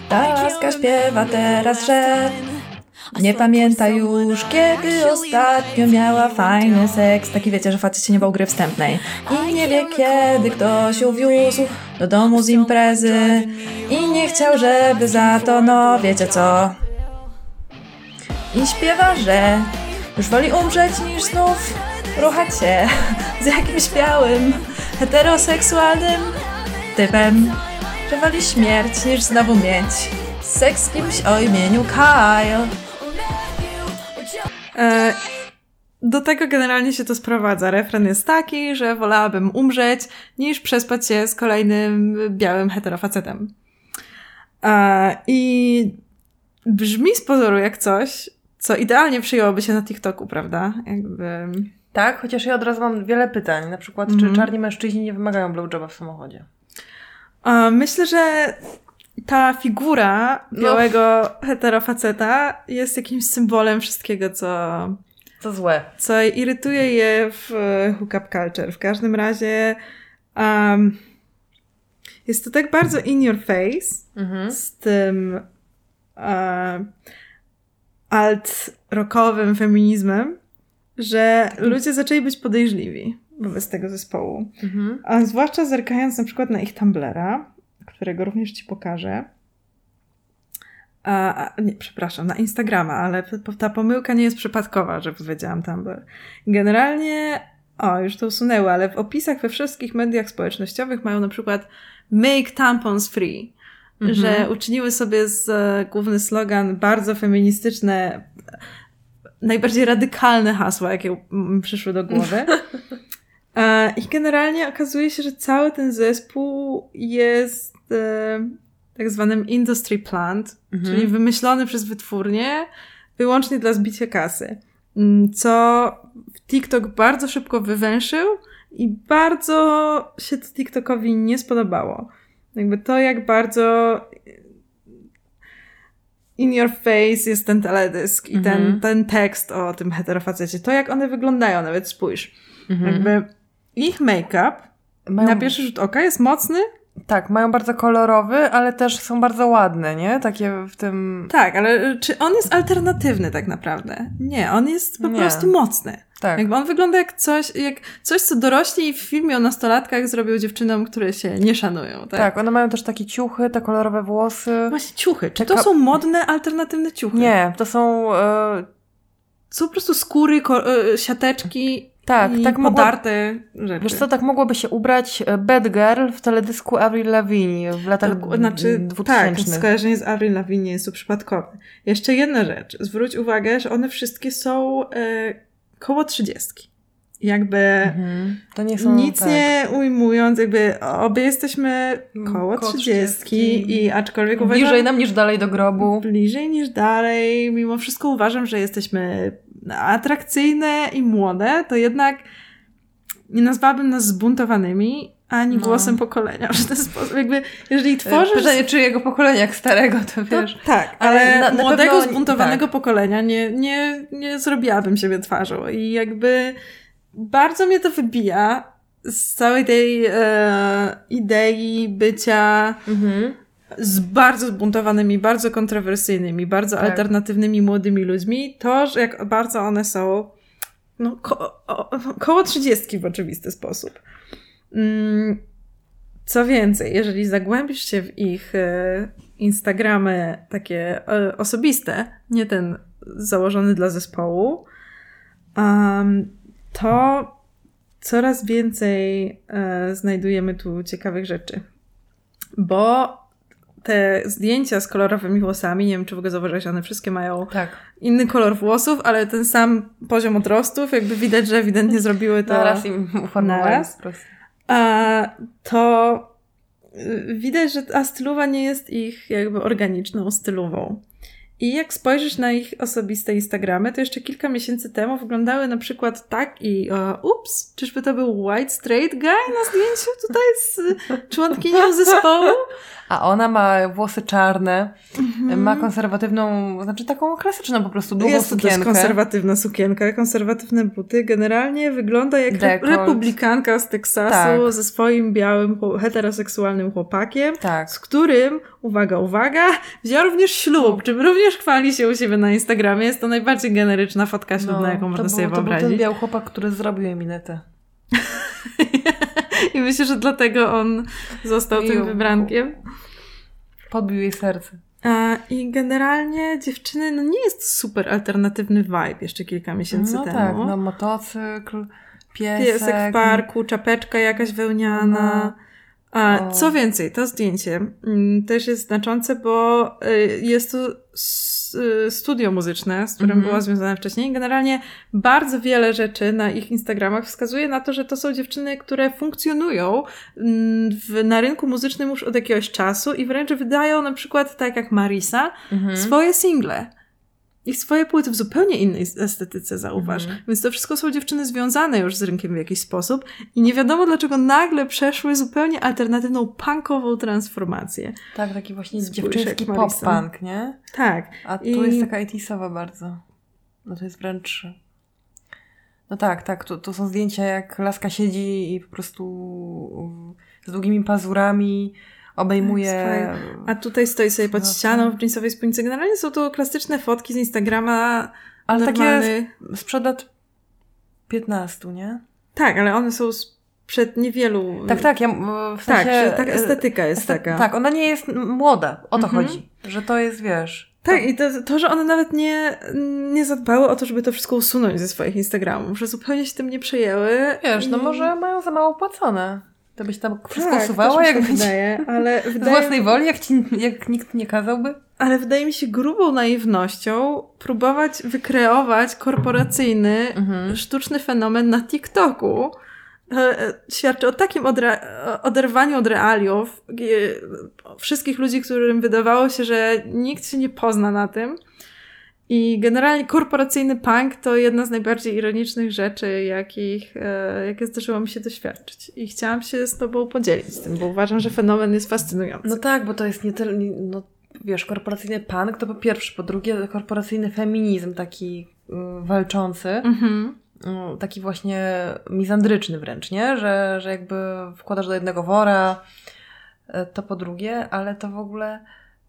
Ta laska śpiewa teraz, że nie pamięta już, kiedy ostatnio miała fajny seks. Taki wiecie, że facet nie bał gry wstępnej. I nie wie, kiedy ktoś ją wiózł do domu z imprezy. I nie chciał, żeby za to, no wiecie co. I śpiewa, że już woli umrzeć niż znów ruchać się z jakimś białym, heteroseksualnym typem. Że woli śmierć niż znowu mieć seks z kimś o imieniu Kyle. Do tego generalnie się to sprowadza. Refren jest taki, że wolałabym umrzeć niż przespać się z kolejnym białym heterofacetem. I brzmi z pozoru jak coś, co idealnie przyjęłoby się na TikToku, prawda? Tak, chociaż ja od razu mam wiele pytań. Na przykład, czy czarni mężczyźni nie wymagają blowjoba w samochodzie? Myślę, że ta figura białego heterofaceta jest jakimś symbolem wszystkiego, co złe. Co irytuje je w hookup culture. W każdym razie jest to tak bardzo in your face z tym alt-rockowym feminizmem, że ludzie zaczęli być podejrzliwi wobec tego zespołu. A zwłaszcza zerkając na przykład na ich Tumblra, którego również ci pokażę. Nie, przepraszam, na Instagrama, ale ta pomyłka nie jest przypadkowa, że powiedziałam Tumblr. Generalnie, już to usunęły, ale w opisach we wszystkich mediach społecznościowych mają na przykład Make tampons free, że uczyniły sobie główny slogan bardzo feministyczne, najbardziej radykalne hasła, jakie mi przyszły do głowy. I generalnie okazuje się, że cały ten zespół jest tak zwanym industry plant, czyli wymyślony przez wytwórnię wyłącznie dla zbicia kasy. Co TikTok bardzo szybko wywęszył i bardzo się to TikTokowi nie spodobało. Jakby to, jak bardzo in your face jest ten teledysk i ten tekst o tym heterofacecie. To, jak one wyglądają, nawet spójrz. Jakby ich make-up na pierwszy rzut oka jest mocny. Tak, mają bardzo kolorowy, ale też są bardzo ładne, nie? Takie w tym... Tak, ale czy on jest alternatywny tak naprawdę? Nie, on jest po prostu mocny. Tak. Jakby on wygląda jak coś, co dorośli w filmie o nastolatkach zrobią dziewczynom, które się nie szanują. Tak, one mają też takie ciuchy, te kolorowe włosy. Właśnie ciuchy. Czy to są modne, alternatywne ciuchy? Nie, to są... Są po prostu skóry, siateczki i tak podarte rzeczy. Wiesz co, tak mogłoby się ubrać Bad Girl w teledysku Avril Lavigne w latach 2000. Tak, skojarzenie z Avril Lavigne nie jest tu przypadkowe. Jeszcze jedna rzecz. Zwróć uwagę, że one wszystkie są koło 30. Jakby to nie są, nic nie ujmując, jakby obie jesteśmy koło 30 i aczkolwiek uważam... Bliżej nam niż dalej do grobu. Bliżej niż dalej. Mimo wszystko uważam, że jesteśmy atrakcyjne i młode, to jednak nie nazwałabym nas zbuntowanymi ani głosem pokolenia. Że to jest jakby, jeżeli tworzysz... Pytanie, czy jego pokolenia jak starego, to wiesz. Tak, ale młodego, zbuntowanego pokolenia nie zrobiłabym siebie twarzą. I jakby bardzo mnie to wybija z całej tej idei bycia z bardzo zbuntowanymi, bardzo kontrowersyjnymi, bardzo alternatywnymi młodymi ludźmi. To, że jak bardzo one są koło 30 w oczywisty sposób. Co więcej, jeżeli zagłębisz się w ich Instagramy takie osobiste, nie ten założony dla zespołu, to coraz więcej znajdujemy tu ciekawych rzeczy. Bo te zdjęcia z kolorowymi włosami, nie wiem, czy w ogóle zauważyłeś, one wszystkie mają inny kolor włosów, ale ten sam poziom odrostów, jakby widać, że ewidentnie zrobiły to naraz im uformowali po prostu. To widać, że ta stylowa nie jest ich jakby organiczną stylową. I jak spojrzysz na ich osobiste Instagramy, to jeszcze kilka miesięcy temu wyglądały na przykład tak i ups, czyżby to był white straight guy na zdjęciu tutaj z członkinią zespołu? A ona ma włosy czarne, ma konserwatywną, znaczy taką klasyczną po prostu długą sukienkę. Jest to też konserwatywna sukienka, konserwatywne buty. Generalnie wygląda jak republikanka z Teksasu ze swoim białym, heteroseksualnym chłopakiem, z którym, uwaga, wzięła również ślub, czym również chwali się u siebie na Instagramie. Jest to najbardziej generyczna fotka ślubna, jaką można sobie wyobrazić. To był ten biały chłopak, który zrobił jej minetę. I myślę, że dlatego on został tym wybrankiem. Podbił jej serce. I generalnie dziewczyny, nie jest super alternatywny vibe jeszcze kilka miesięcy temu. Tak, motocykl, piesek w parku, czapeczka jakaś wełniana. Co więcej, to zdjęcie też jest znaczące, bo jest to studio muzyczne, z którym była związana wcześniej. Generalnie bardzo wiele rzeczy na ich Instagramach wskazuje na to, że to są dziewczyny, które funkcjonują na rynku muzycznym już od jakiegoś czasu i wręcz wydają na przykład, tak jak Marisa, swoje single. I swoje płyty w zupełnie innej estetyce, zauważ. Więc to wszystko są dziewczyny związane już z rynkiem w jakiś sposób i nie wiadomo dlaczego nagle przeszły zupełnie alternatywną punkową transformację. Tak, taki właśnie dziewczyński pop-punk, nie? Tak. A tu jest taka 80sowa bardzo. To jest wręcz... Tak, tu są zdjęcia jak laska siedzi i po prostu z długimi pazurami obejmuje... A tutaj stoi sobie pod ścianą w jeansowej spódnicy. Generalnie są to klasyczne fotki z Instagrama. Ale takie sprzed lat 15, nie? Tak, ale one są sprzed niewielu... Tak, w sensie... Tak, estetyka jest taka. Tak, ona nie jest młoda. O to chodzi. Że to jest, wiesz... Tak, i to, że one nawet nie zadbały o to, żeby to wszystko usunąć ze swoich Instagramów, że zupełnie się tym nie przejęły. Wiesz, może mają za mało płacone. To byś tam wszystko usuwała, jak wydaje, ale z własnej woli, jak nikt nie kazałby? Ale wydaje mi się grubą naiwnością próbować wykreować korporacyjny, sztuczny fenomen na TikToku. Świadczy o takim oderwaniu od realiów wszystkich ludzi, którym wydawało się, że nikt się nie pozna na tym. I generalnie korporacyjny punk to jedna z najbardziej ironicznych rzeczy, jakie zdarzyło mi się doświadczyć. I chciałam się z tobą podzielić tym, bo uważam, że fenomen jest fascynujący. No tak, bo to jest nie tyle, wiesz, korporacyjny punk to po pierwsze, po drugie korporacyjny feminizm taki walczący, taki właśnie mizandryczny wręcz, nie? Że jakby wkładasz do jednego wora, to po drugie, ale to w ogóle...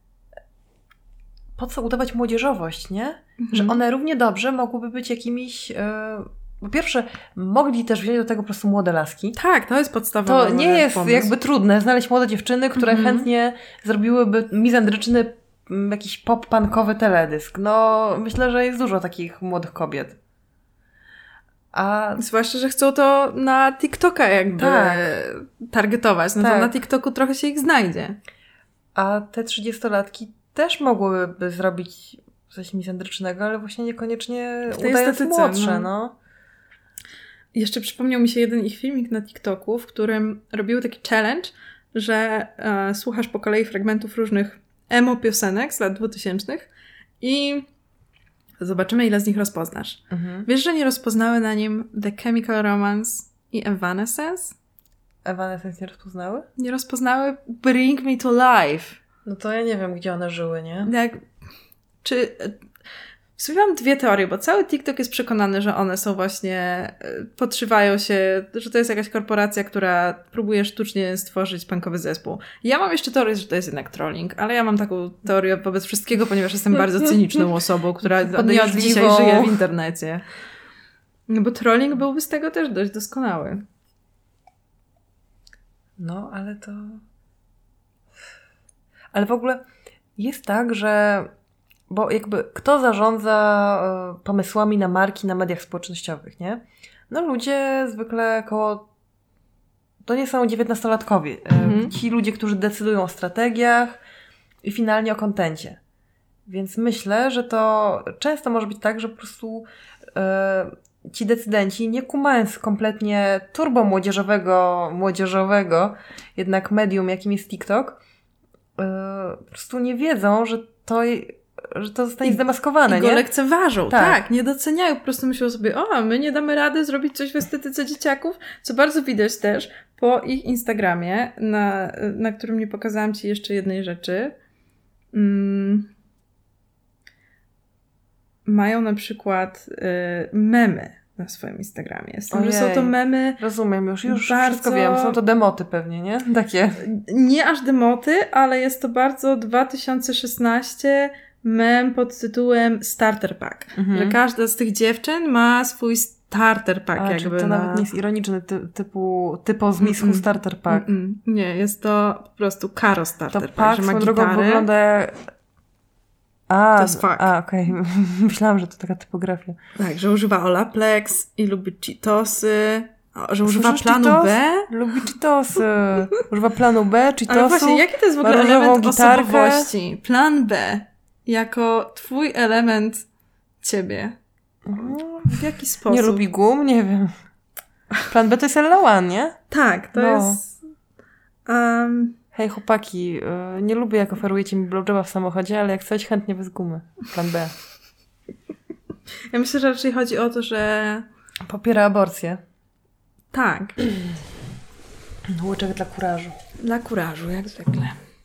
Po co udawać młodzieżowość, nie? Że one równie dobrze mogłyby być jakimiś... po pierwsze, mogli też wziąć do tego po prostu młode laski. Tak, to jest podstawowy To nie jest pomysł. Jakby trudne znaleźć młode dziewczyny, które chętnie zrobiłyby mizandryczny jakiś pop-punkowy teledysk. Myślę, że jest dużo takich młodych kobiet. Zwłaszcza, że chcą to na TikToka jakby targetować. To na TikToku trochę się ich znajdzie. A te 30-latki też mogłyby zrobić coś mizandrycznego, ale właśnie niekoniecznie udając młodsze, Jeszcze przypomniał mi się jeden ich filmik na TikToku, w którym robiły taki challenge, że słuchasz po kolei fragmentów różnych emo piosenek z lat 2000 i zobaczymy, ile z nich rozpoznasz. Wiesz, że nie rozpoznały na nim The Chemical Romance i Evanescence? Evanescence nie rozpoznały? Nie rozpoznały Bring Me to Life. No to ja nie wiem, gdzie one żyły, nie? W sumie mam dwie teorie, bo cały TikTok jest przekonany, że one są właśnie, podszywają się, że to jest jakaś korporacja, która próbuje sztucznie stworzyć punkowy zespół. Ja mam jeszcze teorię, że to jest jednak trolling, ale ja mam taką teorię wobec wszystkiego, ponieważ jestem bardzo cyniczną osobą, która nie od dzisiaj żyje w internecie. No bo trolling byłby z tego też dość doskonały. Ale w ogóle jest tak, że bo jakby kto zarządza pomysłami na marki na mediach społecznościowych, nie? Ludzie zwykle to nie są 19-latkowie. Ci ludzie, którzy decydują o strategiach i finalnie o kontencie. Więc myślę, że to często może być tak, że po prostu ci decydenci, nie kumając kompletnie turbo młodzieżowego jednak medium, jakim jest TikTok, po prostu nie wiedzą, że że to zostanie zdemaskowane, i nie? go lekceważą, tak. Nie doceniają. Po prostu myślą sobie, my nie damy rady zrobić coś w estetyce dzieciaków, co bardzo widać też po ich Instagramie, na którym nie pokazałam Ci jeszcze jednej rzeczy. Mają na przykład memy na swoim Instagramie. Z tym, że są to memy... Rozumiem, już bardzo... wszystko wiem. Są to demoty pewnie, nie? Takie. Nie aż demoty, ale jest to bardzo 2016 mem pod tytułem Starter Pack. Że każda z tych dziewczyn ma swój starter pack. Jakby to nawet nie jest ironiczny typo z misku starter pack. Nie, jest to po prostu Karo starter to pack, że ma gitarę. Wygląda... to jest fuck. Okej. Myślałam, że to taka typografia. Tak, że używa Olaplex i lubi Cheetosy. Że używa planu B? Lubi Cheetosy. Używa planu B, Cheetosów. Ale właśnie, jaki to jest w ogóle element osobowości? Plan B. Jako twój element ciebie. W jaki sposób? Nie lubi gum? Nie wiem. Plan B to jest L1, nie? Tak, to jest... Hej chłopaki, nie lubię jak oferujecie mi blowjoba w samochodzie, ale jak coś chętnie bez gumy. Plan B. Ja myślę, że raczej chodzi o to, że... Popiera aborcję. Tak. Łyczek dla kurażu. Dla kurażu, jak zwykle.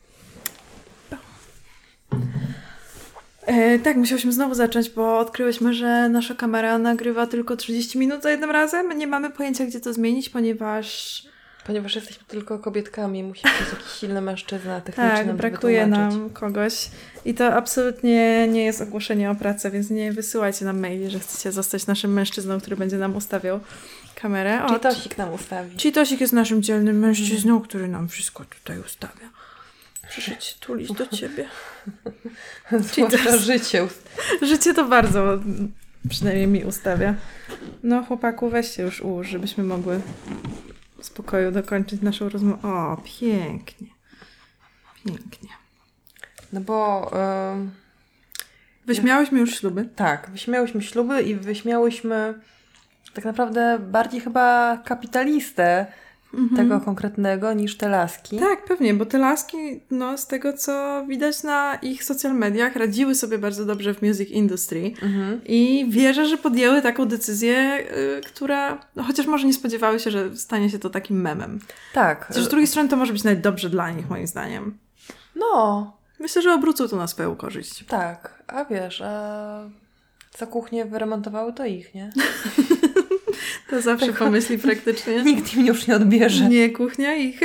Tak, musiałyśmy znowu zacząć, bo odkryłyśmy, że nasza kamera nagrywa tylko 30 minut za jednym razem. Nie mamy pojęcia, gdzie to zmienić, ponieważ jesteśmy tylko kobietkami. Musi być jakiś silny mężczyzna techniczny. Tak, brakuje nam kogoś. I to absolutnie nie jest ogłoszenie o pracę, więc nie wysyłajcie nam maili, że chcecie zostać naszym mężczyzną, który będzie nam ustawiał kamerę. Cheetosik nam ustawi. Cheetosik jest naszym dzielnym mężczyzną, który nam wszystko tutaj ustawia. Przyszedł się tulić do ciebie. Zwłaszcza życie. Życie to bardzo, przynajmniej mi ustawia. No chłopaku, weź się już ułóż, żebyśmy mogły w spokoju dokończyć naszą rozmowę. O, pięknie. Pięknie. No bo... Wyśmiałyśmy już śluby? Tak, wyśmiałyśmy śluby i wyśmiałyśmy tak naprawdę bardziej chyba kapitalistę tego konkretnego niż te laski. Tak, pewnie, bo te laski, no z tego co widać na ich social mediach, radziły sobie bardzo dobrze w music industry i wierzę, że podjęły taką decyzję, która, no chociaż może nie spodziewały się, że stanie się to takim memem. Tak. Chociaż z drugiej strony to może być nawet dobrze dla nich, moim zdaniem. No. Myślę, że obrócą to na swoją korzyść. Tak, a wiesz, co kuchnię wyremontowały, to ich, nie? To zawsze pomyśli praktycznie. Nikt im już nie odbierze. Nie, kuchnia ich.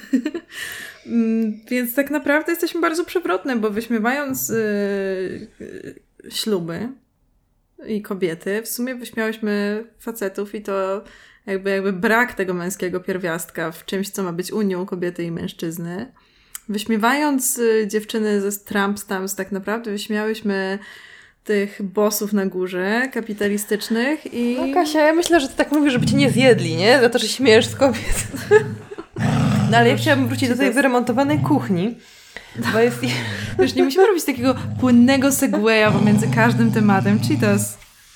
Więc tak naprawdę jesteśmy bardzo przewrotne, bo wyśmiewając śluby i kobiety, w sumie wyśmiałyśmy facetów i to jakby brak tego męskiego pierwiastka w czymś, co ma być unią kobiety i mężczyzny. Wyśmiewając dziewczyny ze Trump Stamps, tak naprawdę wyśmiałyśmy tych bossów na górze, kapitalistycznych i... No Kasia, ja myślę, że ty tak mówisz, żeby cię nie zjedli, nie? Za to, że śmiejesz z kobiet. No ale ja chciałabym wrócić do tej wyremontowanej kuchni, bo jest... Wiesz, nie musimy robić takiego płynnego segwaya pomiędzy każdym tematem. Cheetos.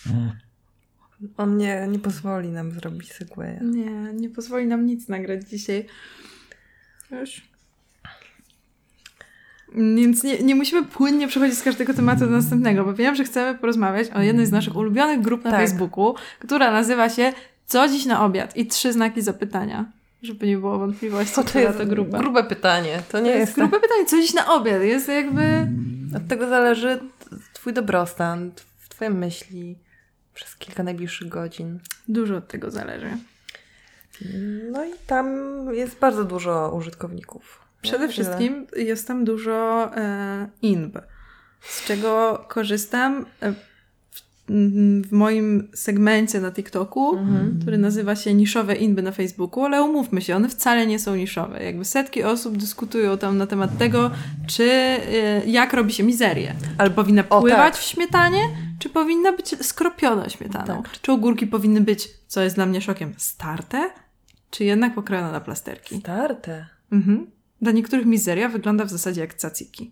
On nie pozwoli nam zrobić segwaya. Nie pozwoli nam nic nagrać dzisiaj. Już. Więc nie musimy płynnie przechodzić z każdego tematu do następnego, bo wiem, że chcemy porozmawiać o jednej z naszych ulubionych grup na Facebooku, która nazywa się Co dziś na obiad? I 3 znaki zapytania. Żeby nie było wątpliwości, to jest to gruba. Grube pytanie. To nie jest grube pytanie. Co dziś na obiad? Jest jakby... Od tego zależy twój dobrostan, twoje myśli przez kilka najbliższych godzin. Dużo od tego zależy. No i tam jest bardzo dużo użytkowników. Przede wszystkim jest tam dużo inb, z czego korzystam w moim segmencie na TikToku, który nazywa się Niszowe inby na Facebooku, ale umówmy się, one wcale nie są niszowe. Jakby setki osób dyskutują tam na temat tego, jak robi się mizerię. Albo powinna pływać w śmietanie, czy powinna być skropiona śmietaną. Czy ogórki powinny być, co jest dla mnie szokiem, starte, czy jednak pokrojone na plasterki. Starte? Dla niektórych mizeria wygląda w zasadzie jak caciki.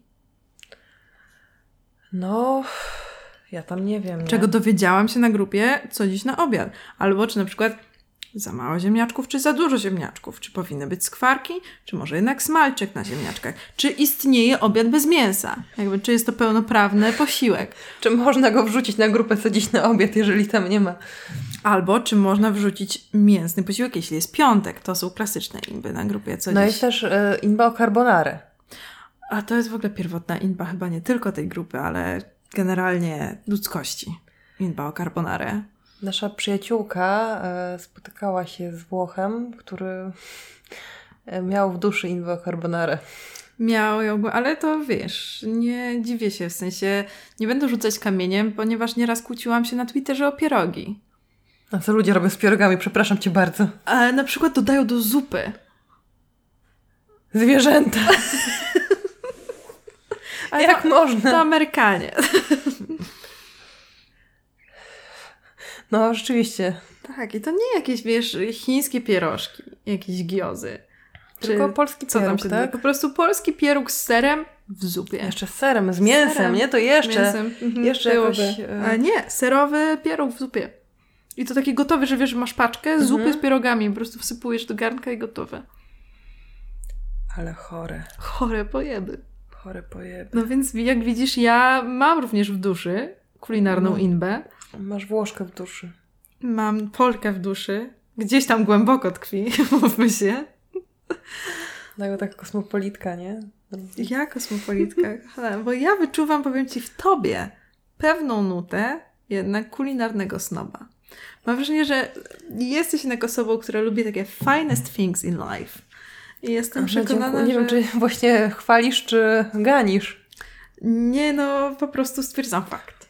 No, ja tam nie wiem. Czego dowiedziałam się na grupie, co dziś na obiad. Albo czy na przykład Za mało ziemniaczków, czy za dużo ziemniaczków? Czy powinny być skwarki, czy może jednak smalczyk na ziemniaczkach? Czy istnieje obiad bez mięsa? Czy jest to pełnoprawny posiłek? Czy można go wrzucić na grupę co dziś na obiad, jeżeli tam nie ma? Albo czy można wrzucić mięsny posiłek, jeśli jest piątek? To są klasyczne inby na grupie co dziś. No jest też inba o carbonare. A to jest w ogóle pierwotna inba chyba nie tylko tej grupy, ale generalnie ludzkości. Inba o carbonare. Nasza przyjaciółka spotykała się z Włochem, który miał w duszy inbę o carbonare. Miał ją, ale to wiesz, nie dziwię się, w sensie nie będę rzucać kamieniem, ponieważ nieraz kłóciłam się na Twitterze o pierogi. A co ludzie robią z pierogami? Przepraszam cię bardzo. Ale na przykład dodają do zupy zwierzęta. ale jak można? To Amerykanie. No, rzeczywiście. Tak, i to nie jakieś, wiesz, chińskie pierożki, jakieś giozy. Tylko polski pieróg, tak? Po prostu polski pieróg z serem w zupie. Jeszcze z serem, z mięsem, serem, nie? To jeszcze. Jeszcze jakoś... Ale nie, serowy pieróg w zupie. I to taki gotowy, że wiesz, że masz paczkę zupy z pierogami. Po prostu wsypujesz do garnka i gotowe. Ale chore. Chore pojeby. Chore pojeby. No więc jak widzisz, ja mam również w duszy kulinarną inbę. Masz Włoszkę w duszy. Mam Polkę w duszy. Gdzieś tam głęboko tkwi, mówmy się. No taka kosmopolitka, nie? Ja kosmopolitka. Bo ja wyczuwam, powiem ci, w tobie pewną nutę jednak kulinarnego snoba. Mam wrażenie, że jesteś jednak osobą, która lubi takie finest things in life. I jestem przekonana, nie wiem, czy właśnie chwalisz, czy ganisz. Nie, no po prostu stwierdzam fakt.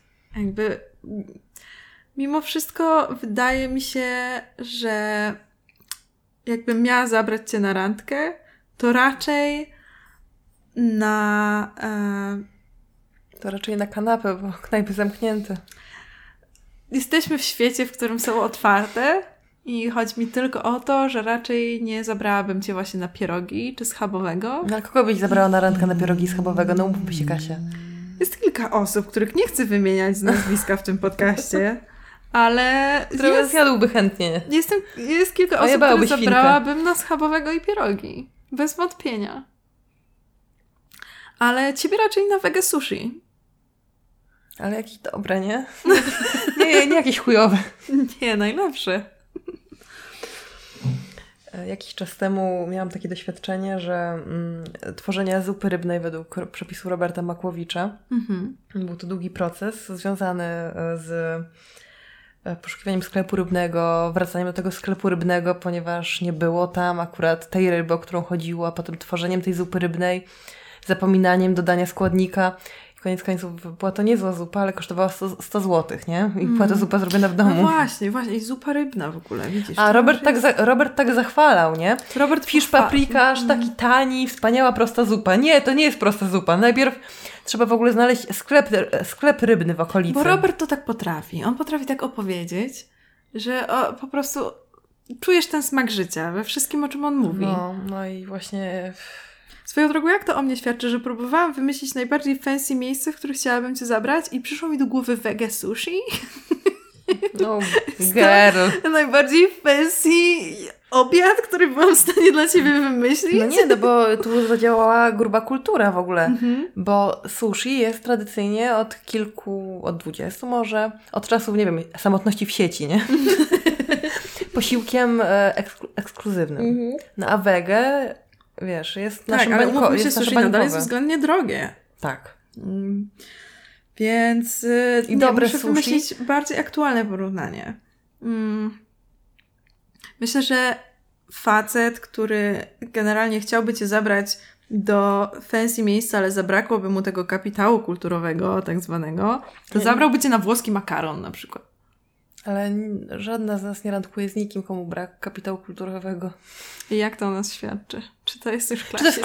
Mimo wszystko wydaje mi się, że jakbym miała zabrać cię na randkę, to raczej na... To raczej na kanapę, bo knajpy zamknięte. Jesteśmy w świecie, w którym są otwarte i chodzi mi tylko o to, że raczej nie zabrałabym cię właśnie na pierogi czy schabowego. No, a kogo byś zabrała na randkę na pierogi schabowego? No umówmy się, Kasia. Jest kilka osób, których nie chcę wymieniać z nazwiska w tym podcaście, ale... Które zjadłby chętnie. Jest kilka osób, które zabrałabym na schabowego i pierogi. Bez wątpienia. Ale ciebie raczej na wege sushi. Ale jakieś dobre, nie? nie jakieś chujowe. Nie, najlepsze. Jakiś czas temu miałam takie doświadczenie, że tworzenie zupy rybnej według przepisu Roberta Makłowicza. Był to długi proces związany z poszukiwaniem sklepu rybnego, wracaniem do tego sklepu rybnego, ponieważ nie było tam akurat tej ryby, o którą chodziło, a potem tworzeniem tej zupy rybnej, zapominaniem dodania składnika. I koniec końców była to niezła zupa, ale kosztowała 100 zł, nie? I była to zupa zrobiona w domu. No właśnie, i zupa rybna w ogóle, widzisz. A Robert tak zachwalał, nie? Fisz paprikasz, taki tani, wspaniała, prosta zupa. Nie, to nie jest prosta zupa. Najpierw trzeba w ogóle znaleźć sklep rybny w okolicy. Bo Robert to tak potrafi. On potrafi tak opowiedzieć, że po prostu czujesz ten smak życia we wszystkim, o czym on mówi. No i właśnie... Swoją drogą, jak to o mnie świadczy, że próbowałam wymyślić najbardziej fancy miejsce, w których chciałabym cię zabrać i przyszło mi do głowy wege sushi. No, girl. Najbardziej fancy obiad, który byłam w stanie dla ciebie wymyślić. No nie, bo tu zadziałała gruba kultura w ogóle, bo sushi jest tradycyjnie od 20 może, od czasów, nie wiem, samotności w sieci, nie? Posiłkiem ekskluzywnym. No a wege, wiesz, jest naszym ale umówmy się, jest sushi nadal jest względnie drogie. Tak. Więc dobre muszę sushi. wymyślić bardziej aktualne porównanie. Myślę, że facet, który generalnie chciałby cię zabrać do fancy miejsca, ale zabrakłoby mu tego kapitału kulturowego, tak zwanego, to zabrałby cię na włoski makaron na przykład. Ale żadna z nas nie randkuje z nikim, komu brak kapitału kulturowego. I jak to o nas świadczy? Czy to jest już klasizm?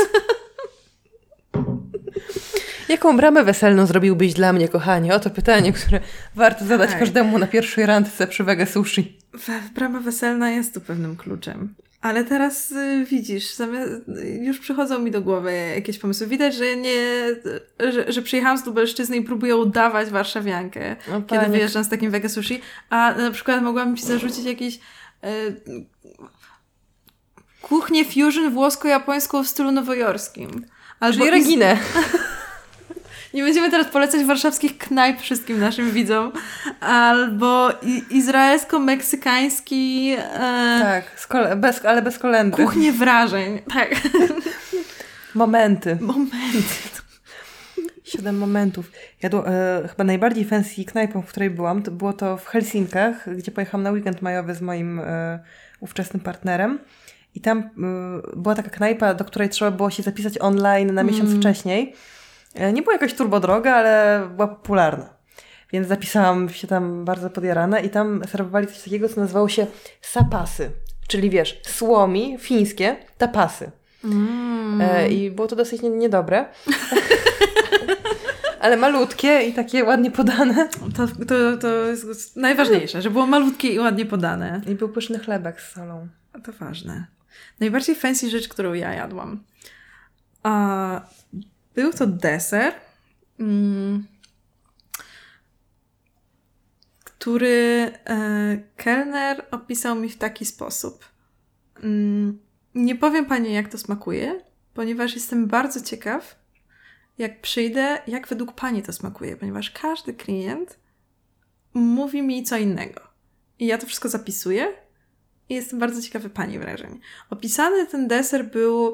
Jaką bramę weselną zrobiłbyś dla mnie, kochanie? Oto pytanie, które warto zadać każdemu na pierwszej randce przy wege sushi. Brama weselna jest tu pewnym kluczem. Ale teraz widzisz, już przychodzą mi do głowy jakieś pomysły. Widać, że przyjechałam z Lubelszczyzny i próbuję udawać warszawiankę, kiedy wyjeżdżam z takim wege sushi. A na przykład mogłabym ci zarzucić jakiś kuchnię fusion włosko-japońską w stylu nowojorskim. Albo czyli Reginę. Nie będziemy teraz polecać warszawskich knajp wszystkim naszym widzom. Albo izraelsko-meksykański... tak, ale bez kolendry. Kuchnię wrażeń. Tak. Momenty. 7 momentów. Chyba najbardziej fancy knajpą, w której byłam, to było to w Helsinkach, gdzie pojechałam na weekend majowy z moim ówczesnym partnerem. I tam była taka knajpa, do której trzeba było się zapisać online na miesiąc wcześniej. Nie była jakaś turbo droga, ale była popularna. Więc zapisałam się tam bardzo podjarana i tam serwowali coś takiego, co nazywało się sapasy. Czyli wiesz, słomi fińskie tapasy. I było to dosyć niedobre. Ale malutkie i takie ładnie podane. To jest najważniejsze, że było malutkie i ładnie podane. I był pyszny chlebek z solą. To ważne. Najbardziej fancy rzecz, którą ja jadłam. Był to deser, który kelner opisał mi w taki sposób. Nie powiem Pani, jak to smakuje, ponieważ jestem bardzo ciekaw, jak przyjdę, jak według Pani to smakuje, ponieważ każdy klient mówi mi co innego. I ja to wszystko zapisuję i jestem bardzo ciekawy Pani wrażeń. Opisany ten deser był,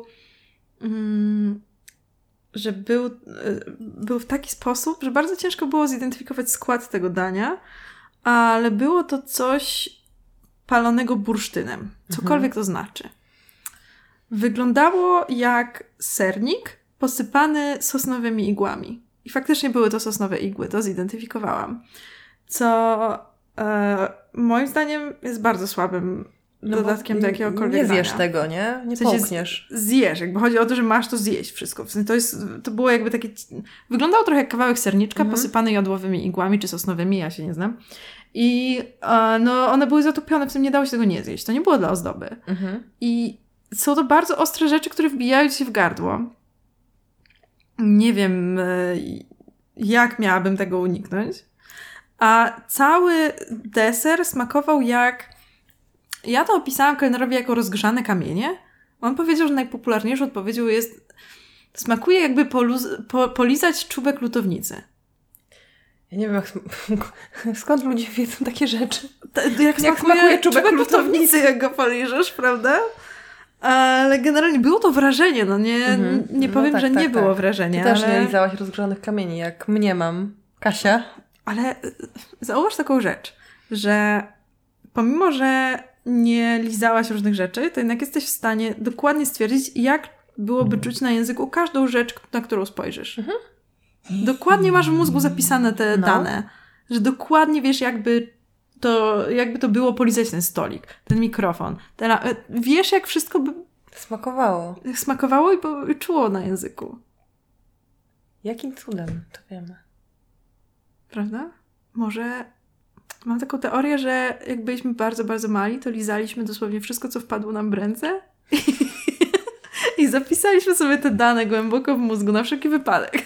że był w taki sposób, że bardzo ciężko było zidentyfikować skład tego dania, ale było to coś palonego bursztynem. Cokolwiek to znaczy. Wyglądało jak sernik posypany sosnowymi igłami. I faktycznie były to sosnowe igły, to zidentyfikowałam. Co moim zdaniem jest bardzo słabym dodatkiem do jakiegokolwiek nie zjesz dania. tego, nie? Nie połkniesz. Zjesz, jakby chodzi o to, że masz to zjeść wszystko. W sensie to było jakby takie... Wyglądało trochę jak kawałek serniczka posypany jodłowymi igłami, czy sosnowymi, ja się nie znam. I one były zatopione, w tym nie dało się tego nie zjeść. To nie było dla ozdoby. I są to bardzo ostre rzeczy, które wbijają się w gardło. Nie wiem, jak miałabym tego uniknąć. A cały deser smakował jak... Ja to opisałam kelnerowi jako rozgrzane kamienie. On powiedział, że najpopularniejszą odpowiedzią jest smakuje jakby polizać czubek lutownicy. Ja nie wiem, skąd ludzie wiedzą takie rzeczy. Jak smakuje czubek lutownicy, jak go poliżesz, prawda? Ale generalnie było to wrażenie, nie powiem, że nie było wrażenia. Ty też nie lizałaś rozgrzanych kamieni, jak mniemam. Kasia? Ale zauważ taką rzecz, że pomimo, że nie lizałaś różnych rzeczy, to jednak jesteś w stanie dokładnie stwierdzić, jak byłoby czuć na języku każdą rzecz, na którą spojrzysz. Dokładnie masz w mózgu zapisane te dane, że dokładnie wiesz, jakby to było polizać ten stolik, ten mikrofon. Wiesz, jak wszystko by smakowało i czuło na języku. Jakim cudem, to wiemy. Prawda? Może mam taką teorię, że jak byliśmy bardzo, bardzo mali, to lizaliśmy dosłownie wszystko, co wpadło nam w ręce i zapisaliśmy sobie te dane głęboko w mózgu na wszelki wypadek.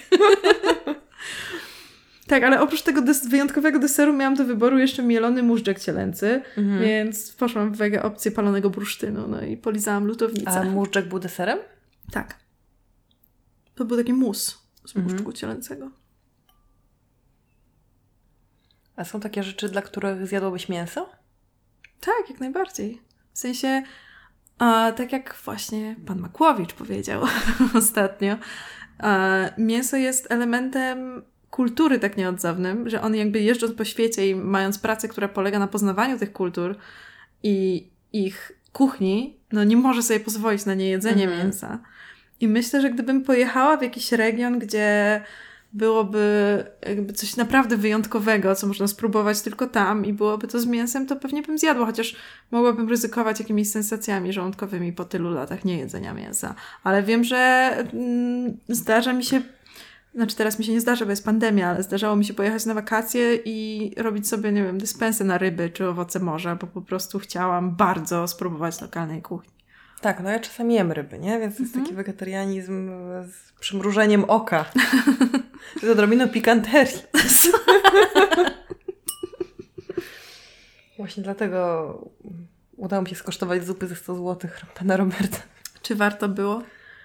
Tak, ale oprócz tego wyjątkowego deseru miałam do wyboru jeszcze mielony móżdżek cielęcy, więc poszłam w wege opcję palonego bursztynu, i polizałam lutownicę. A móżdżek był deserem? Tak. To był taki mus z móżdżku cielęcego. A są takie rzeczy, dla których zjadłabyś mięso? Tak, jak najbardziej. W sensie, tak jak właśnie pan Makłowicz powiedział ostatnio, mięso jest elementem kultury tak nieodzownym, że on jakby jeżdżąc po świecie i mając pracę, która polega na poznawaniu tych kultur i ich kuchni, nie może sobie pozwolić na niejedzenie mięsa. I myślę, że gdybym pojechała w jakiś region, gdzie byłoby jakby coś naprawdę wyjątkowego, co można spróbować tylko tam i byłoby to z mięsem, to pewnie bym zjadła, chociaż mogłabym ryzykować jakimiś sensacjami żołądkowymi po tylu latach niejedzenia mięsa. Ale wiem, że zdarza mi się, teraz mi się nie zdarza, bo jest pandemia, ale zdarzało mi się pojechać na wakacje i robić sobie, nie wiem, dyspensę na ryby czy owoce morza, bo po prostu chciałam bardzo spróbować lokalnej kuchni. Tak, ja czasami jem ryby, nie? Więc to jest taki wegetarianizm z przymrużeniem oka. Z odrobiną pikanterii. Właśnie dlatego udało mi się skosztować zupy ze 100 zł pana Roberta. Czy warto było?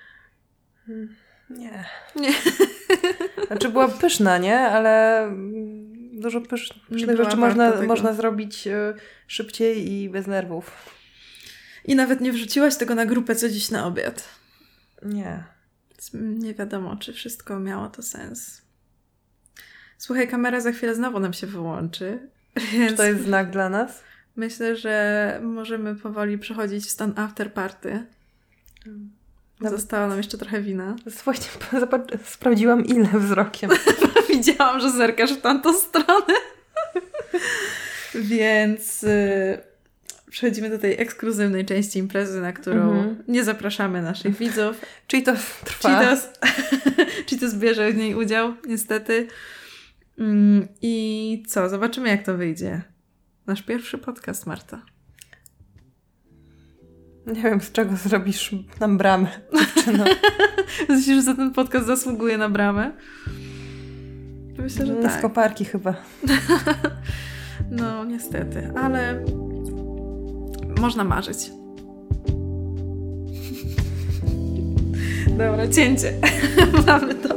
Nie. Nie. Znaczy była pyszna, nie? Ale dużo pysznych rzeczy można zrobić szybciej i bez nerwów. I nawet nie wrzuciłaś tego na grupę, co dziś na obiad. Nie. Więc nie wiadomo, czy wszystko miało to sens. Słuchaj, kamera za chwilę znowu nam się wyłączy. Więc czy to jest znak dla nas? Myślę, że możemy powoli przechodzić w stan after party. Zostało nam jeszcze trochę wina. Właśnie, sprawdziłam ile wzrokiem. Widziałam, że zerkasz w tamtą stronę. Więc przechodzimy do tej ekskluzywnej części imprezy, na którą nie zapraszamy naszych widzów. Cheetos trwa. Cheetos bierze w niej udział, niestety. I co? Zobaczymy, jak to wyjdzie. Nasz pierwszy podcast, Marta. Nie wiem, z czego zrobisz nam bramę, dziewczyno. Myślisz, że za ten podcast zasługuje na bramę? Myślę, że tak. Z koparki chyba. No, niestety. Ale można marzyć. Dobra, cięcie. Mamy to.